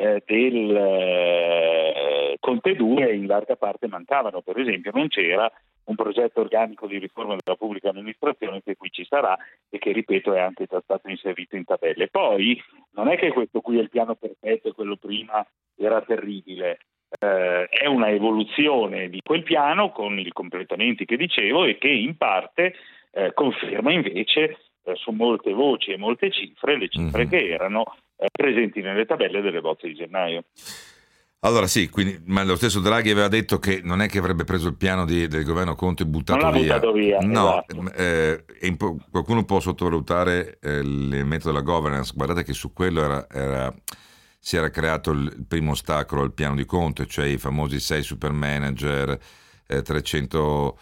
del Conte 2 in larga parte mancavano. Per esempio non c'era un progetto organico di riforma della pubblica amministrazione, che qui ci sarà e che, ripeto, è anche già stato inserito in tabelle. Poi non è che questo qui è il piano perfetto e quello prima era terribile, è una evoluzione di quel piano con i completamenti che dicevo, e che in parte conferma invece su molte voci e molte cifre le cifre che erano presenti nelle tabelle delle bozze di gennaio. Allora sì, quindi, ma lo stesso Draghi aveva detto che non è che avrebbe preso il piano del governo Conte e buttato via. No, esatto. Qualcuno può sottovalutare il metodo della governance. Guardate che su quello si era creato il primo ostacolo al piano di Conte, cioè i famosi 6 super manager, 300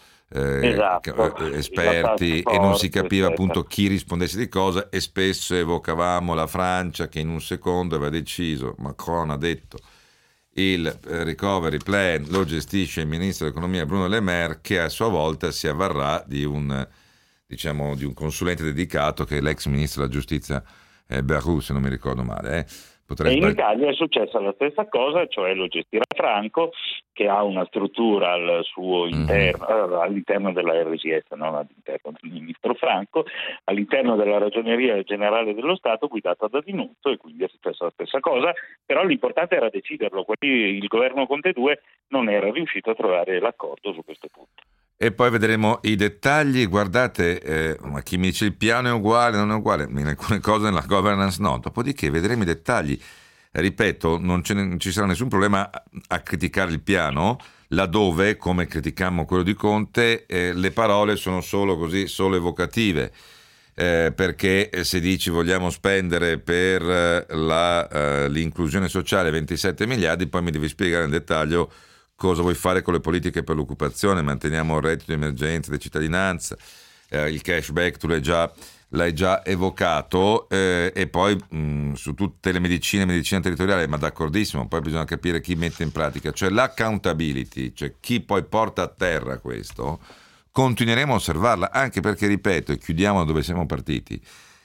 esperti, e non si capiva appunto chi rispondesse di cosa, e spesso evocavamo la Francia che in un secondo aveva deciso, Macron ha detto il recovery plan lo gestisce il ministro dell'economia Bruno Le Maire, che a sua volta si avvarrà di un consulente dedicato che è l'ex ministro della giustizia Bayrou, se non mi ricordo male. E in Italia è successa la stessa cosa, cioè lo gestirà Franco, che ha una struttura al suo interno, all'interno della RGS, non all'interno del ministro Franco, all'interno della Ragioneria Generale dello Stato guidata da Dinuzzo, e quindi è successa la stessa cosa, però l'importante era deciderlo. Il governo Conte 2 non era riuscito a trovare l'accordo su questo punto. E poi vedremo i dettagli. Guardate, ma chi mi dice il piano è uguale, non è uguale, in alcune cose nella governance no, dopodiché vedremo i dettagli. Ripeto, non ci sarà nessun problema a criticare il piano, laddove, come criticammo quello di Conte, le parole sono solo evocative, perché se dici vogliamo spendere per l'inclusione sociale 27 miliardi, poi mi devi spiegare nel dettaglio cosa vuoi fare con le politiche per l'occupazione. Manteniamo il reddito di emergenza, di cittadinanza, il cashback tu l'hai già evocato, e poi su tutte le medicina territoriale, ma d'accordissimo, poi bisogna capire chi mette in pratica, cioè l'accountability, cioè chi poi porta a terra questo. Continueremo a osservarla, anche perché, ripeto, e chiudiamo dove siamo partiti,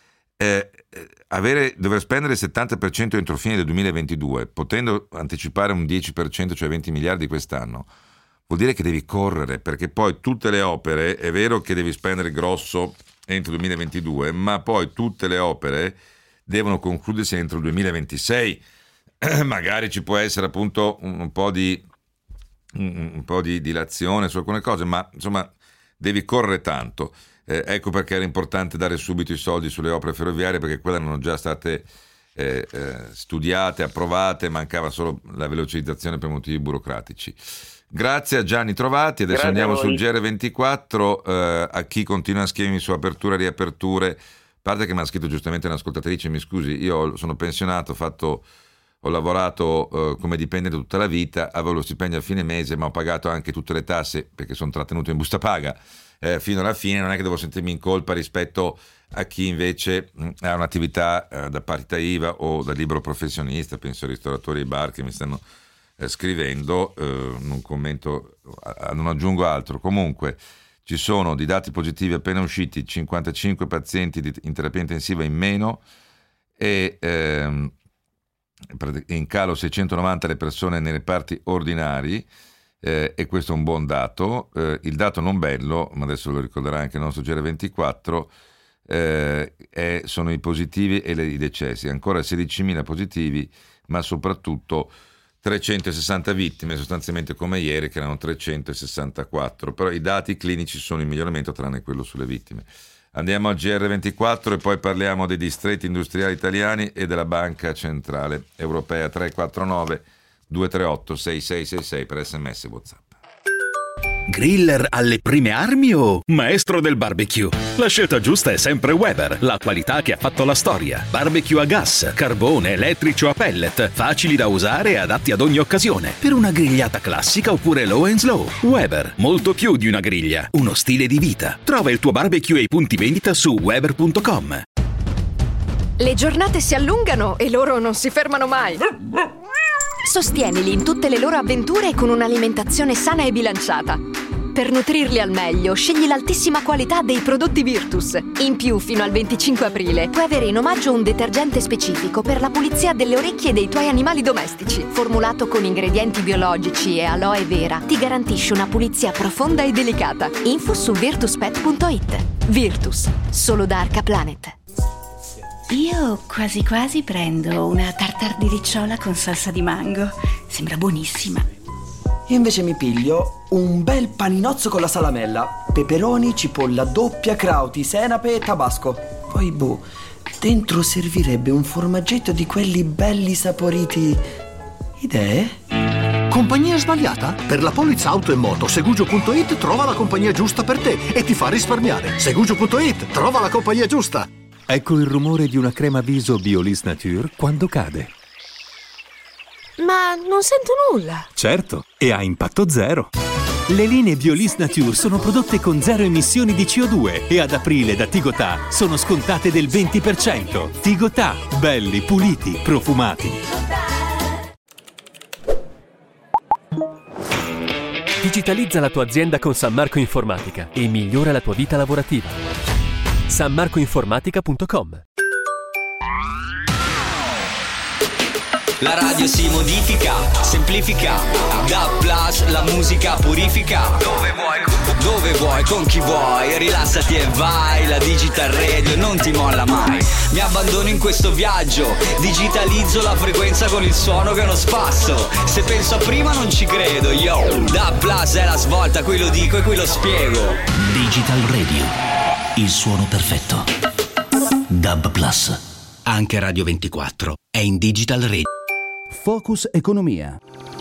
dover spendere il 70% entro fine del 2022, potendo anticipare un 10%, cioè 20 miliardi quest'anno, vuol dire che devi correre, perché poi tutte le opere, è vero che devi spendere grosso entro il 2022, ma poi tutte le opere devono concludersi entro il 2026. Magari ci può essere appunto un po' di dilazione su alcune cose, ma insomma devi correre tanto. Ecco perché era importante dare subito i soldi sulle opere ferroviarie, perché quelle erano già state studiate, approvate, mancava solo la velocizzazione per motivi burocratici. Grazie a Gianni Trovati. Adesso Grazie andiamo a voi. sul GR24, a chi continua a scrivermi su aperture e riaperture. A parte che mi ha scritto giustamente un'ascoltatrice, mi scusi, io sono pensionato, ho lavorato come dipendente tutta la vita, avevo lo stipendio a fine mese, ma ho pagato anche tutte le tasse perché sono trattenuto in busta paga fino alla fine, non è che devo sentirmi in colpa rispetto a chi invece ha un'attività da partita IVA o da libero professionista, penso ai ristoratori e ai bar che mi stanno scrivendo, non commento, non aggiungo altro. Comunque ci sono di dati positivi appena usciti, 55 pazienti in terapia intensiva in meno e in calo 690 le persone nei reparti ordinari, e questo è un buon dato. Il dato non bello, ma adesso lo ricorderà anche il nostro GR24, sono i positivi e i decessi, ancora 16.000 positivi, ma soprattutto 360 vittime, sostanzialmente come ieri che erano 364, però i dati clinici sono in miglioramento tranne quello sulle vittime. Andiamo al GR24 e poi parliamo dei distretti industriali italiani e della Banca Centrale Europea. 349 238 6666 per SMS e WhatsApp. Griller alle prime armi o maestro del barbecue? La scelta giusta è sempre Weber, la qualità che ha fatto la storia. Barbecue a gas, carbone, elettrici o a pellet, facili da usare e adatti ad ogni occasione. Per una grigliata classica oppure low and slow. Weber, molto più di una griglia, uno stile di vita. Trova il tuo barbecue e i punti vendita su weber.com. Le giornate si allungano e loro non si fermano mai. Sostienili in tutte le loro avventure con un'alimentazione sana e bilanciata. Per nutrirli al meglio, scegli l'altissima qualità dei prodotti Virtus. In più, fino al 25 aprile, puoi avere in omaggio un detergente specifico per la pulizia delle orecchie dei tuoi animali domestici. Formulato con ingredienti biologici e aloe vera, ti garantisce una pulizia profonda e delicata. Info su virtuspet.it. Virtus, solo da Arca Planet. Io quasi quasi prendo una tartare di ricciola con salsa di mango. Sembra buonissima. Io invece mi piglio un bel paninozzo con la salamella, peperoni, cipolla doppia, crauti, senape e tabasco. Poi dentro servirebbe un formaggetto di quelli belli saporiti. Idee? Compagnia sbagliata? Per la polizza auto e moto Segugio.it trova la compagnia giusta per te e ti fa risparmiare. Segugio.it trova la compagnia giusta. Ecco il rumore di una crema viso Biolis Nature quando cade. Ma non sento nulla. Certo, e ha impatto zero. Le linee Biolis Nature sono prodotte con zero emissioni di CO2 e ad aprile da Tigotà sono scontate del 20%. Tigotà, belli, puliti, profumati. Digitalizza la tua azienda con San Marco Informatica e migliora la tua vita lavorativa. sanmarcoinformatica.com. La radio si modifica, semplifica, da plus la musica purifica. Dove vuoi, con chi vuoi, rilassati e vai. La Digital Radio non ti molla mai. Mi abbandono in questo viaggio, digitalizzo la frequenza con il suono che è uno spasso. Se penso a prima non ci credo, yo. Da plus è la svolta, qui lo dico e qui lo spiego. Digital Radio, il suono perfetto. DAB Plus. Anche Radio 24 è in Digital Radio. Focus Economia.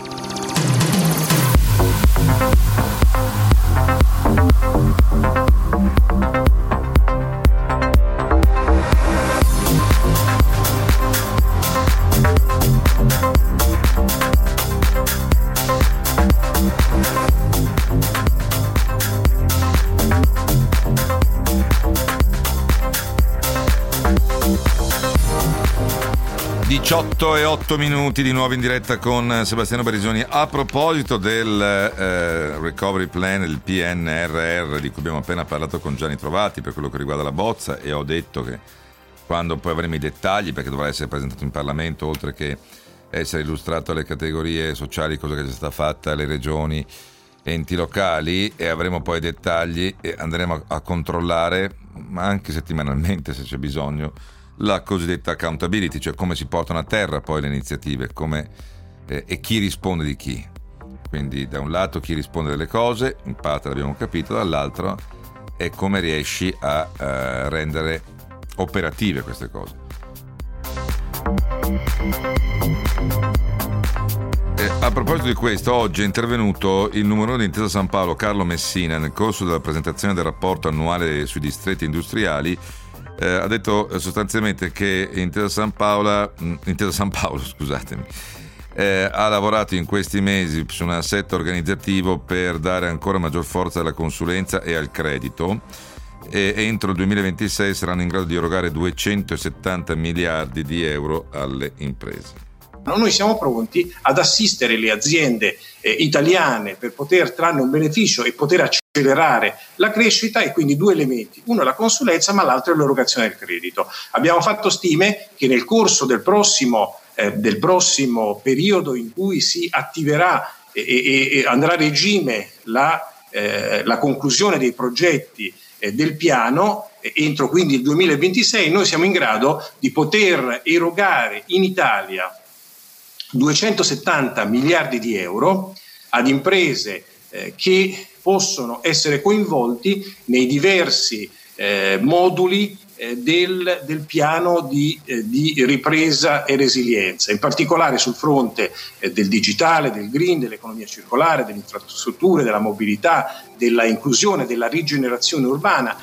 e 8 minuti di nuovo in diretta con Sebastiano Barisoni. A proposito del recovery plan, il PNRR di cui abbiamo appena parlato con Gianni Trovati per quello che riguarda la bozza, e ho detto che quando poi avremo i dettagli, perché dovrà essere presentato in Parlamento oltre che essere illustrato alle categorie sociali, cosa che è già stata fatta alle regioni e enti locali, e avremo poi i dettagli e andremo a controllare, ma anche settimanalmente se c'è bisogno, la cosiddetta accountability, cioè come si portano a terra poi le iniziative, come e chi risponde di chi. Quindi da un lato chi risponde delle cose, in parte l'abbiamo capito, dall'altro è come riesci a rendere operative queste cose. A proposito di questo, oggi è intervenuto il numero 1 di Intesa San Paolo, Carlo Messina, nel corso della presentazione del rapporto annuale sui distretti industriali. Ha detto sostanzialmente che Intesa San Paolo, ha lavorato in questi mesi su un assetto organizzativo per dare ancora maggior forza alla consulenza e al credito, e entro il 2026 saranno in grado di erogare 270 miliardi di euro alle imprese. Noi siamo pronti ad assistere le aziende italiane per poter trarne un beneficio e poter accelerare la crescita, e quindi due elementi: uno è la consulenza, ma l'altro è l'erogazione del credito. Abbiamo fatto stime che nel corso del prossimo periodo in cui si attiverà e andrà a regime la conclusione dei progetti del piano, entro quindi il 2026, noi siamo in grado di poter erogare in Italia 270 miliardi di euro ad imprese che possono essere coinvolti nei diversi moduli del piano di ripresa e resilienza, in particolare sul fronte del digitale, del green, dell'economia circolare, delle infrastrutture, della mobilità, della inclusione, della rigenerazione urbana.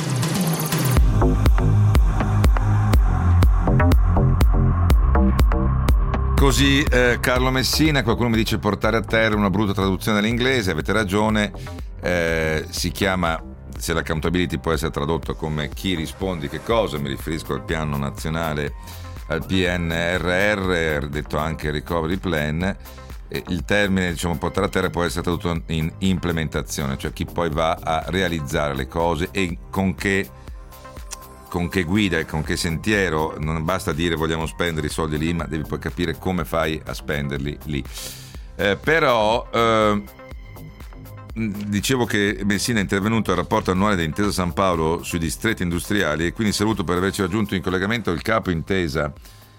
Così Carlo Messina. Qualcuno mi dice portare a terra, una brutta traduzione dall'inglese, avete ragione, si chiama, se l'accountability può essere tradotto come chi rispondi che cosa, mi riferisco al piano nazionale, al PNRR, detto anche Recovery Plan. Il termine, portare a terra può essere tradotto in implementazione, cioè chi poi va a realizzare le cose e con che guida e con che sentiero. Non basta dire vogliamo spendere i soldi lì, ma devi poi capire come fai a spenderli lì. Dicevo che Messina è intervenuto al rapporto annuale di Intesa San Paolo sui distretti industriali, e quindi saluto per averci raggiunto in collegamento il capo Intesa,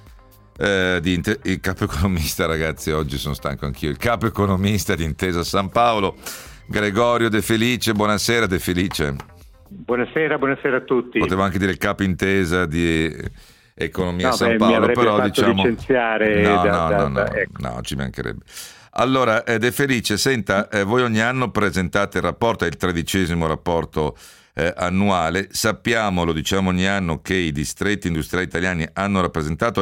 il capo economista, ragazzi, oggi sono stanco anch'io, il capo economista di Intesa San Paolo, Gregorio De Felice. Buonasera De Felice. Buonasera a tutti. Potevo anche dire il capo Intesa di Economia San Paolo, però diciamo licenziare no, ci mancherebbe. Allora, De Felice, senta, voi ogni anno presentate il rapporto, è il 13° rapporto annuale. Sappiamo, lo diciamo ogni anno, che i distretti industriali italiani hanno rappresentato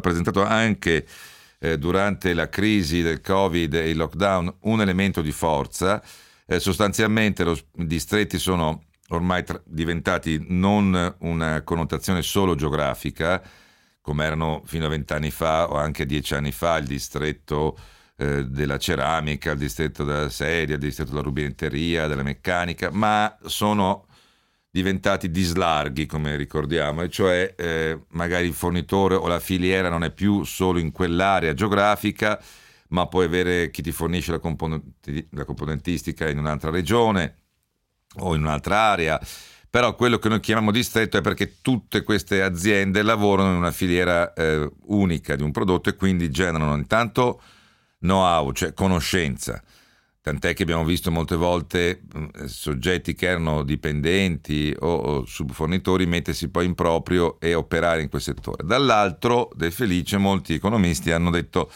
anche durante la crisi del Covid e il lockdown un elemento di forza. Sostanzialmente i distretti sono ormai diventati non una connotazione solo geografica, come erano fino a 20 anni fa o anche 10 anni fa, il distretto della ceramica, il distretto della sedia, il distretto della rubinetteria, della meccanica, ma sono diventati dislarghi, come ricordiamo, e cioè magari il fornitore o la filiera non è più solo in quell'area geografica, ma puoi avere chi ti fornisce la componentistica in un'altra regione o in un'altra area. Però quello che noi chiamiamo distretto è perché tutte queste aziende lavorano in una filiera unica di un prodotto, e quindi generano intanto know-how, cioè conoscenza, tant'è che abbiamo visto molte volte soggetti che erano dipendenti o subfornitori mettersi poi in proprio e operare in quel settore. Dall'altro, De Felice, molti economisti hanno detto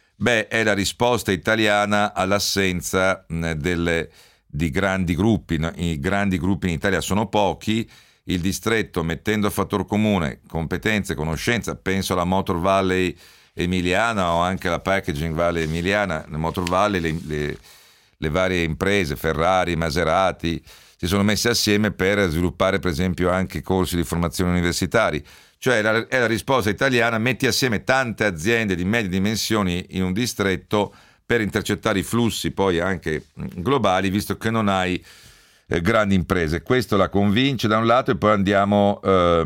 è la risposta italiana all'assenza di grandi gruppi. I grandi gruppi in Italia sono pochi, il distretto, mettendo a fattor comune competenze, conoscenza, penso alla Motor Valley emiliana o anche alla Packaging Valley emiliana. Nella Motor Valley le varie imprese, Ferrari, Maserati, si sono messe assieme per sviluppare per esempio anche corsi di formazione universitari. Cioè è la risposta italiana: metti assieme tante aziende di medie dimensioni in un distretto per intercettare i flussi poi anche globali, visto che non hai grandi imprese. Questo la convince da un lato, e poi andiamo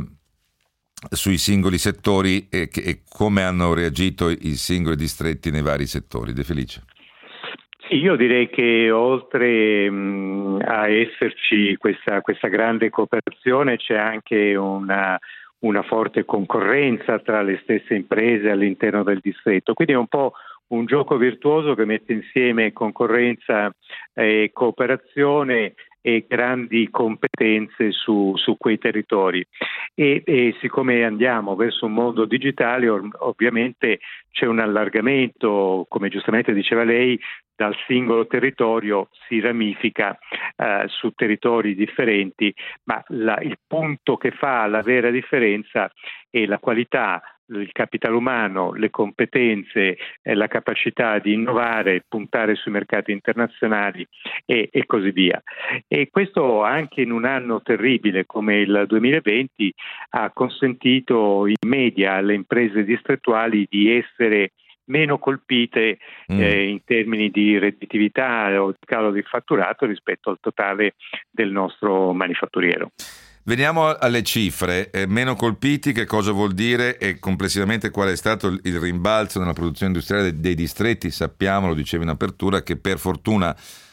sui singoli settori e come hanno reagito i singoli distretti nei vari settori. De Felice. Sì, io direi che oltre a esserci questa grande cooperazione, c'è anche una forte concorrenza tra le stesse imprese all'interno del distretto, quindi è un po' un gioco virtuoso che mette insieme concorrenza e cooperazione, e grandi competenze su quei territori. E siccome andiamo verso un mondo digitale, ovviamente c'è un allargamento, come giustamente diceva lei, dal singolo territorio si ramifica su territori differenti, ma il punto che fa la vera differenza è la qualità, il capitale umano, le competenze, la capacità di innovare, puntare sui mercati internazionali e così via. E questo anche in un anno terribile come il 2020 ha consentito in media alle imprese distrettuali di essere meno colpite in termini di redditività o di calo di fatturato rispetto al totale del nostro manifatturiero. Veniamo alle cifre, meno colpiti che cosa vuol dire e complessivamente qual è stato il rimbalzo nella produzione industriale dei distretti? Sappiamo, lo dicevo in apertura, che per fortuna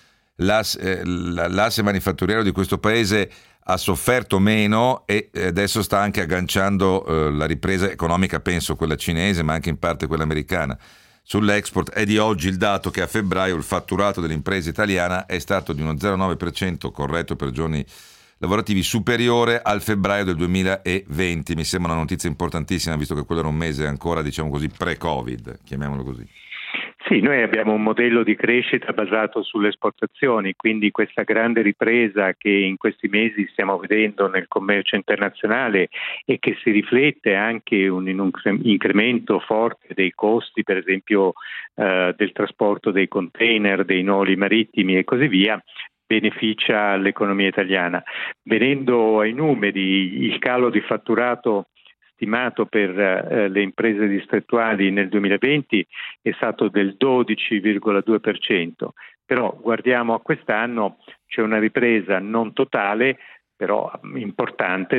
l'asse manifatturiero di questo paese ha sofferto meno e adesso sta anche agganciando la ripresa economica, penso quella cinese ma anche in parte quella americana. Sull'export è di oggi il dato che a febbraio il fatturato dell'impresa italiana è stato di uno 0,9% corretto per giorni lavorativi, superiore al febbraio del 2020. Mi sembra una notizia importantissima, visto che quello era un mese ancora, diciamo così, pre-Covid, chiamiamolo così. Sì, noi abbiamo un modello di crescita basato sulle esportazioni, quindi questa grande ripresa che in questi mesi stiamo vedendo nel commercio internazionale e che si riflette anche in un incremento forte dei costi, per esempio del trasporto dei container, dei noli marittimi e così via, beneficia l'economia italiana. Venendo ai numeri, il calo di fatturato stimato per le imprese distrettuali nel 2020 è stato del 12,2%, però guardiamo a quest'anno, c'è una ripresa non totale, però importante,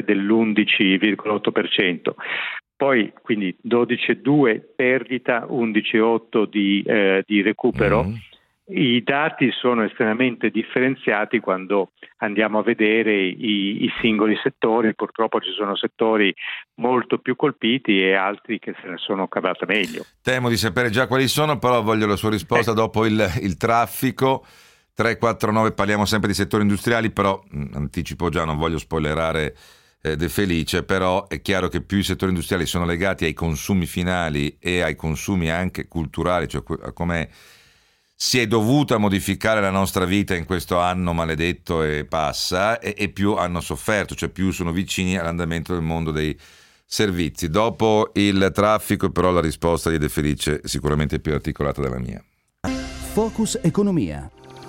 dell'11,8%. Poi quindi 12,2 perdita, 11,8 di recupero. I dati sono estremamente differenziati quando andiamo a vedere i singoli settori. Purtroppo ci sono settori molto più colpiti e altri che se ne sono cavati meglio. Temo di sapere già quali sono, però voglio la sua risposta dopo il traffico. 349, parliamo sempre di settori industriali, però anticipo già, non voglio spoilerare De Felice, però è chiaro che più i settori industriali sono legati ai consumi finali e ai consumi anche culturali, cioè a come si è dovuta modificare la nostra vita in questo anno maledetto e passa, e più hanno sofferto, cioè più sono vicini all'andamento del mondo dei servizi. Dopo il traffico però la risposta di De Felice è sicuramente più articolata della mia. Focus Economia.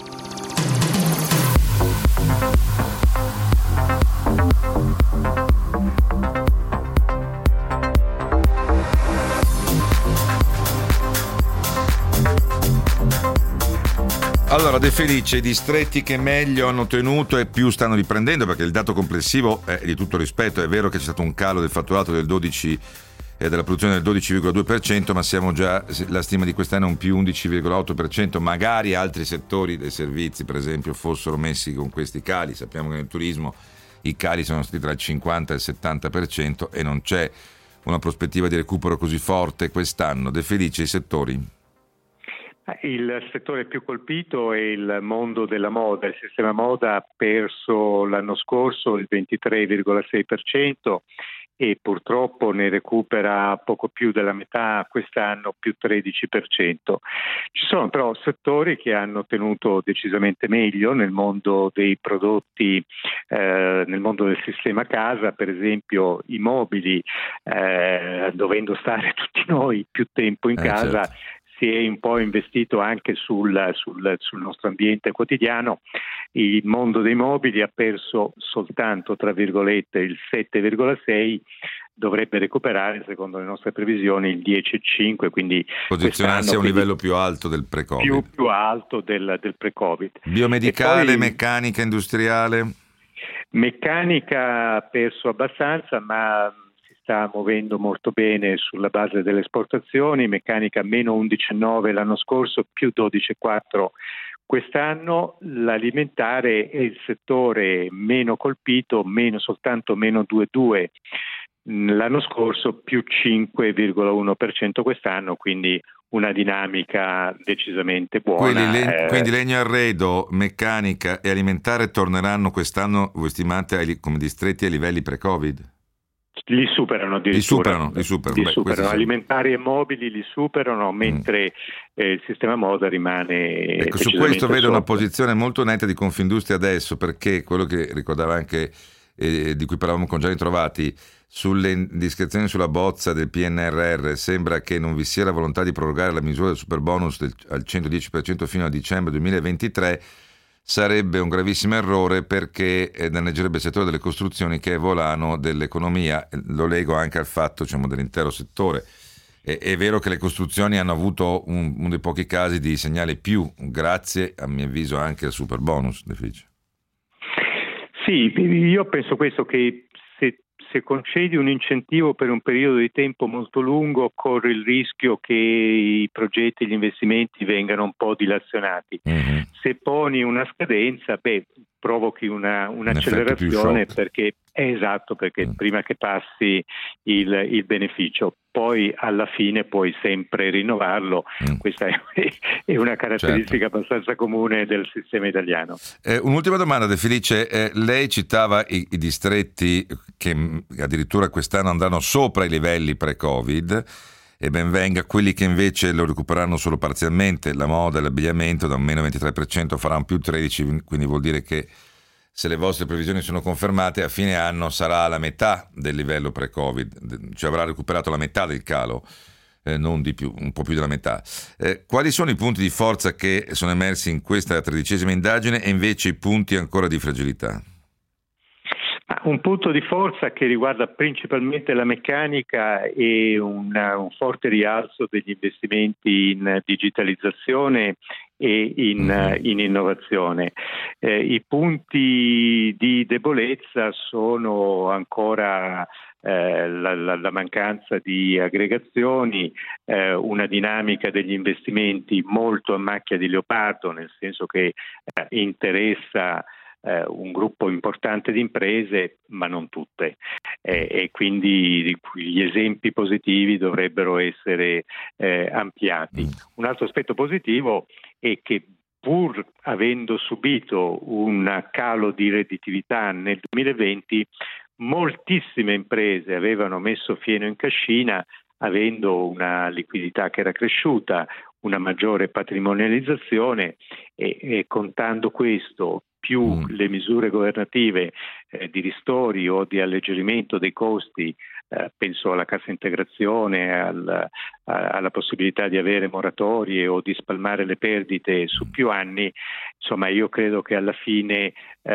Allora, De Felice, i distretti che meglio hanno tenuto e più stanno riprendendo, perché il dato complessivo è di tutto rispetto. È vero che c'è stato un calo del fatturato del 12 della produzione del 12,2%, ma siamo già, la stima di quest'anno è un più 11,8%. Magari altri settori dei servizi, per esempio, fossero messi con questi cali. Sappiamo che nel turismo i cali sono stati tra il 50 e il 70% e non c'è una prospettiva di recupero così forte quest'anno. De Felice, i settori? Il settore più colpito è il mondo della moda. Il sistema moda ha perso l'anno scorso il 23,6% e purtroppo ne recupera poco più della metà quest'anno, più 13%. Ci sono però settori che hanno tenuto decisamente meglio nel mondo dei prodotti, nel mondo del sistema casa, per esempio i mobili, dovendo stare tutti noi più tempo in casa. Certo. Si è un po' investito anche sul nostro ambiente quotidiano. Il mondo dei mobili ha perso soltanto, tra virgolette, il 7,6%, dovrebbe recuperare, secondo le nostre previsioni, il 10,5%, quindi posizionarsi a un livello più alto del pre-Covid. Più alto del pre-Covid. Biomedicale, poi, meccanica industriale? Meccanica ha perso abbastanza, ma sta muovendo molto bene sulla base delle esportazioni. Meccanica meno 11,9 l'anno scorso, più 12,4 quest'anno. L'alimentare è il settore meno colpito, soltanto meno 2,2 l'anno scorso, più 5,1% quest'anno, quindi una dinamica decisamente buona. Quindi legno arredo, meccanica e alimentare torneranno quest'anno, voi stimate, come distretti ai livelli pre-Covid? Li superano addirittura. Li superano. Alimentari e mobili li superano, mentre il sistema moda rimane su questo vedo una posizione molto netta di Confindustria adesso, perché quello che ricordava anche di cui parlavamo con Gianni Trovati sulle indiscrezioni sulla bozza del PNRR, sembra che non vi sia la volontà di prorogare la misura del superbonus al 110% fino a dicembre 2023. Sarebbe un gravissimo errore, perché danneggerebbe il settore delle costruzioni, che è volano dell'economia. Lo lego anche al fatto, dell'intero settore. È vero che le costruzioni hanno avuto uno dei pochi casi di segnale più, grazie a mio avviso anche al superbonus, De Felice. Sì, io penso questo, che se concedi un incentivo per un periodo di tempo molto lungo, corre il rischio che i progetti e gli investimenti vengano un po' dilazionati. Se poni una scadenza, provochi un'accelerazione, perché prima che passi il beneficio, poi alla fine puoi sempre rinnovarlo. Questa è una caratteristica abbastanza comune del sistema italiano. Un'ultima domanda, De Felice. Lei citava i distretti che addirittura quest'anno andranno sopra i livelli pre-Covid, e ben venga. Quelli che invece lo recupereranno solo parzialmente, la moda e l'abbigliamento, da un meno 23% farà un più 13%, quindi vuol dire che se le vostre previsioni sono confermate, a fine anno sarà la metà del livello pre-Covid, cioè avrà recuperato la metà del calo, non di più, un po' più della metà. Quali sono i punti di forza che sono emersi in questa 13ª indagine e invece i punti ancora di fragilità? Un punto di forza che riguarda principalmente la meccanica e un forte rialzo degli investimenti in digitalizzazione e in innovazione. I punti di debolezza sono ancora la mancanza di aggregazioni, una dinamica degli investimenti molto a macchia di leopardo, nel senso che interessa un gruppo importante di imprese, ma non tutte, e quindi gli esempi positivi dovrebbero essere ampliati. Un altro aspetto positivo è che, pur avendo subito un calo di redditività nel 2020, moltissime imprese avevano messo fieno in cascina, avendo una liquidità che era cresciuta, una maggiore patrimonializzazione, e contando questo più le misure governative di ristori o di alleggerimento dei costi, penso alla cassa integrazione, alla possibilità di avere moratorie o di spalmare le perdite su più anni. Insomma, io credo che alla fine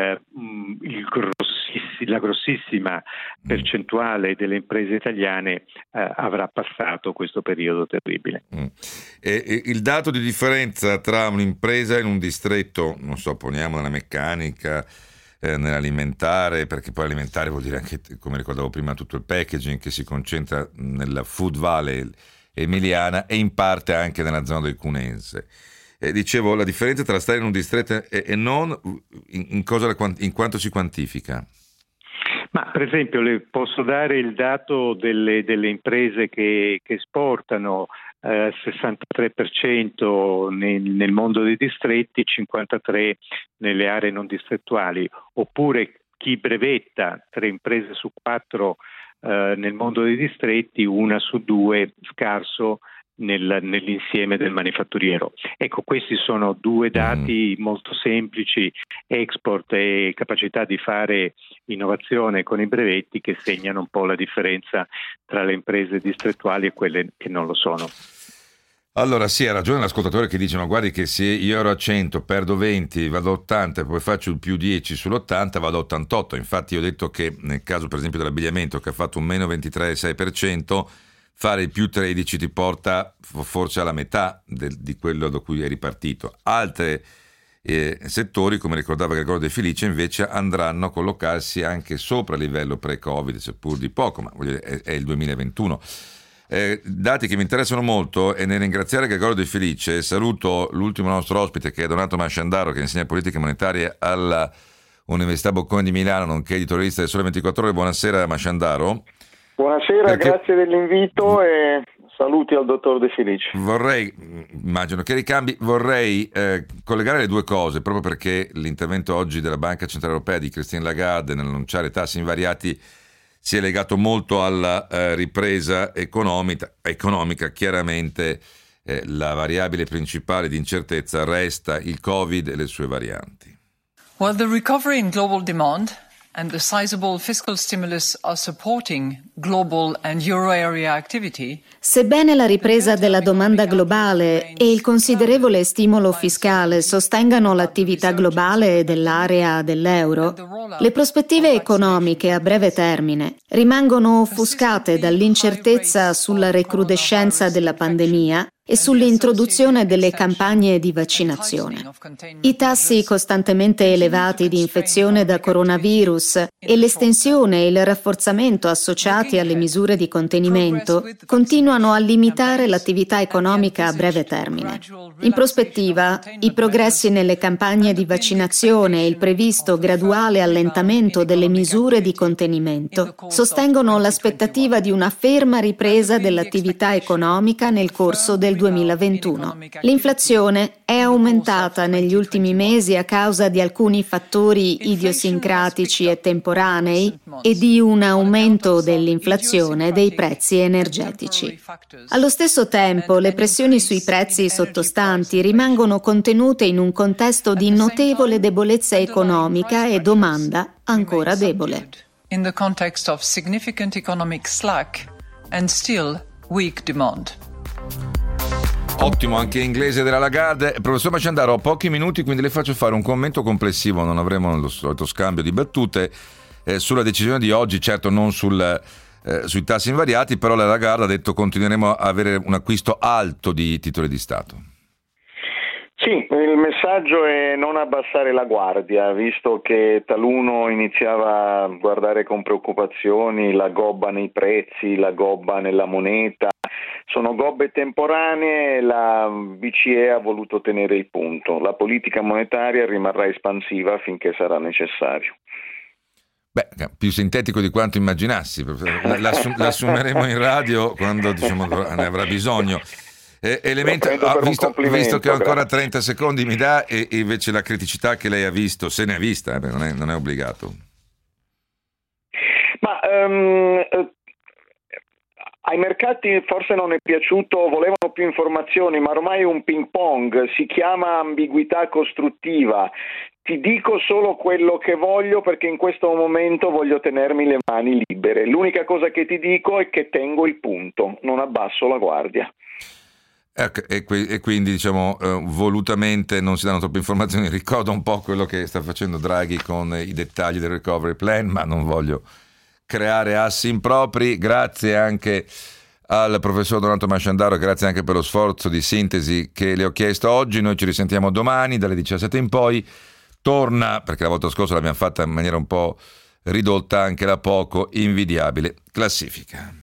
la grossissima percentuale delle imprese italiane avrà passato questo periodo terribile. Il dato di differenza tra un'impresa e un distretto, non so, poniamo nella meccanica, nell'alimentare, perché poi alimentare vuol dire anche, come ricordavo prima, tutto il packaging che si concentra nella Food Valley emiliana e in parte anche nella zona del Cunense. Dicevo, la differenza tra stare in un distretto e non, in quanto si quantifica? Ma per esempio le posso dare il dato delle imprese che esportano, 63% nel mondo dei distretti, 53% nelle aree non distrettuali, oppure chi brevetta, 3 imprese su 4 nel mondo dei distretti, 1 su 2 scarso nell'insieme del manifatturiero. Ecco, questi sono 2 dati molto semplici, export e capacità di fare innovazione con i brevetti, che segnano un po' la differenza tra le imprese distrettuali e quelle che non lo sono. Allora sì, ha ragione l'ascoltatore che dice: ma guardi che se io ero a 100, perdo 20, vado a 80 e poi faccio il più 10 sull'80, vado a 88. Infatti io ho detto che nel caso per esempio dell'abbigliamento, che ha fatto un meno 23,6%, fare il più 13 ti porta forse alla metà di quello da cui è ripartito. Altri settori, come ricordava Gregorio De Felice, invece andranno a collocarsi anche sopra il livello pre-Covid, seppur di poco, ma voglio dire, è il 2021. Dati che mi interessano molto, e nel ringraziare Gregorio De Felice saluto l'ultimo nostro ospite, che è Donato Masciandaro, che insegna politiche monetarie alla Università Bocconi di Milano, nonché editorialista del Sole 24 Ore. Buonasera Masciandaro. Buonasera, grazie dell'invito e Saluti al dottor De Felice. Immagino che ricambi, vorrei collegare le due cose, proprio perché l'intervento oggi della Banca Centrale Europea di Christine Lagarde nell'annunciare tassi invariati si è legato molto alla ripresa economica. Chiaramente la variabile principale di incertezza resta il Covid e le sue varianti. Well, the recovery in global demand and the sizable fiscal stimulus are supporting global and euro area activity. Sebbene la ripresa della domanda globale e il considerevole stimolo fiscale sostengano l'attività globale e dell'area dell'euro, le prospettive economiche a breve termine rimangono offuscate dall'incertezza sulla recrudescenza della pandemia e sull'introduzione delle campagne di vaccinazione. I tassi costantemente elevati di infezione da coronavirus e l'estensione e il rafforzamento associati alle misure di contenimento continuano a limitare l'attività economica a breve termine. In prospettiva, i progressi nelle campagne di vaccinazione e il previsto graduale allentamento delle misure di contenimento sostengono l'aspettativa di una ferma ripresa dell'attività economica nel corso del 2021. L'inflazione è aumentata negli ultimi mesi a causa di alcuni fattori idiosincratici e temporanei e di un aumento dell'inflazione dei prezzi energetici. Allo stesso tempo, le pressioni sui prezzi sottostanti rimangono contenute in un contesto di notevole debolezza economica e domanda ancora debole. In the context of significant economic slack and still weak demand. Ottimo anche inglese della Lagarde. Professor Masciandaro, ho pochi minuti, quindi le faccio fare un commento complessivo, non avremo lo solito scambio di battute sulla decisione di oggi, certo non sui tassi invariati, però la Lagarde ha detto continueremo a avere un acquisto alto di titoli di Stato. Sì, il messaggio è non abbassare la guardia, visto che taluno iniziava a guardare con preoccupazioni la gobba nei prezzi, la gobba nella moneta. Sono gobbe temporanee e la BCE ha voluto tenere il punto. La politica monetaria rimarrà espansiva finché sarà necessario. Più sintetico di quanto immaginassi. L'assumeremo in radio quando ne avrà bisogno. Visto che ho ancora 30 secondi mi dà e invece la criticità che lei ha visto, se ne è vista, non è obbligato. Ai mercati forse non è piaciuto, volevano più informazioni, ma ormai è un ping pong, si chiama ambiguità costruttiva. Ti dico solo quello che voglio perché in questo momento voglio tenermi le mani libere. L'unica cosa che ti dico è che tengo il punto, non abbasso la guardia. E quindi volutamente non si danno troppe informazioni. Ricordo un po' quello che sta facendo Draghi con i dettagli del recovery plan, ma non voglio creare assi impropri. Grazie anche al professor Donato Masciandaro, grazie anche per lo sforzo di sintesi che le ho chiesto oggi. Noi ci risentiamo domani dalle 17 in poi. Torna, perché la volta scorsa l'abbiamo fatta in maniera un po' ridotta, anche la poco invidiabile classifica.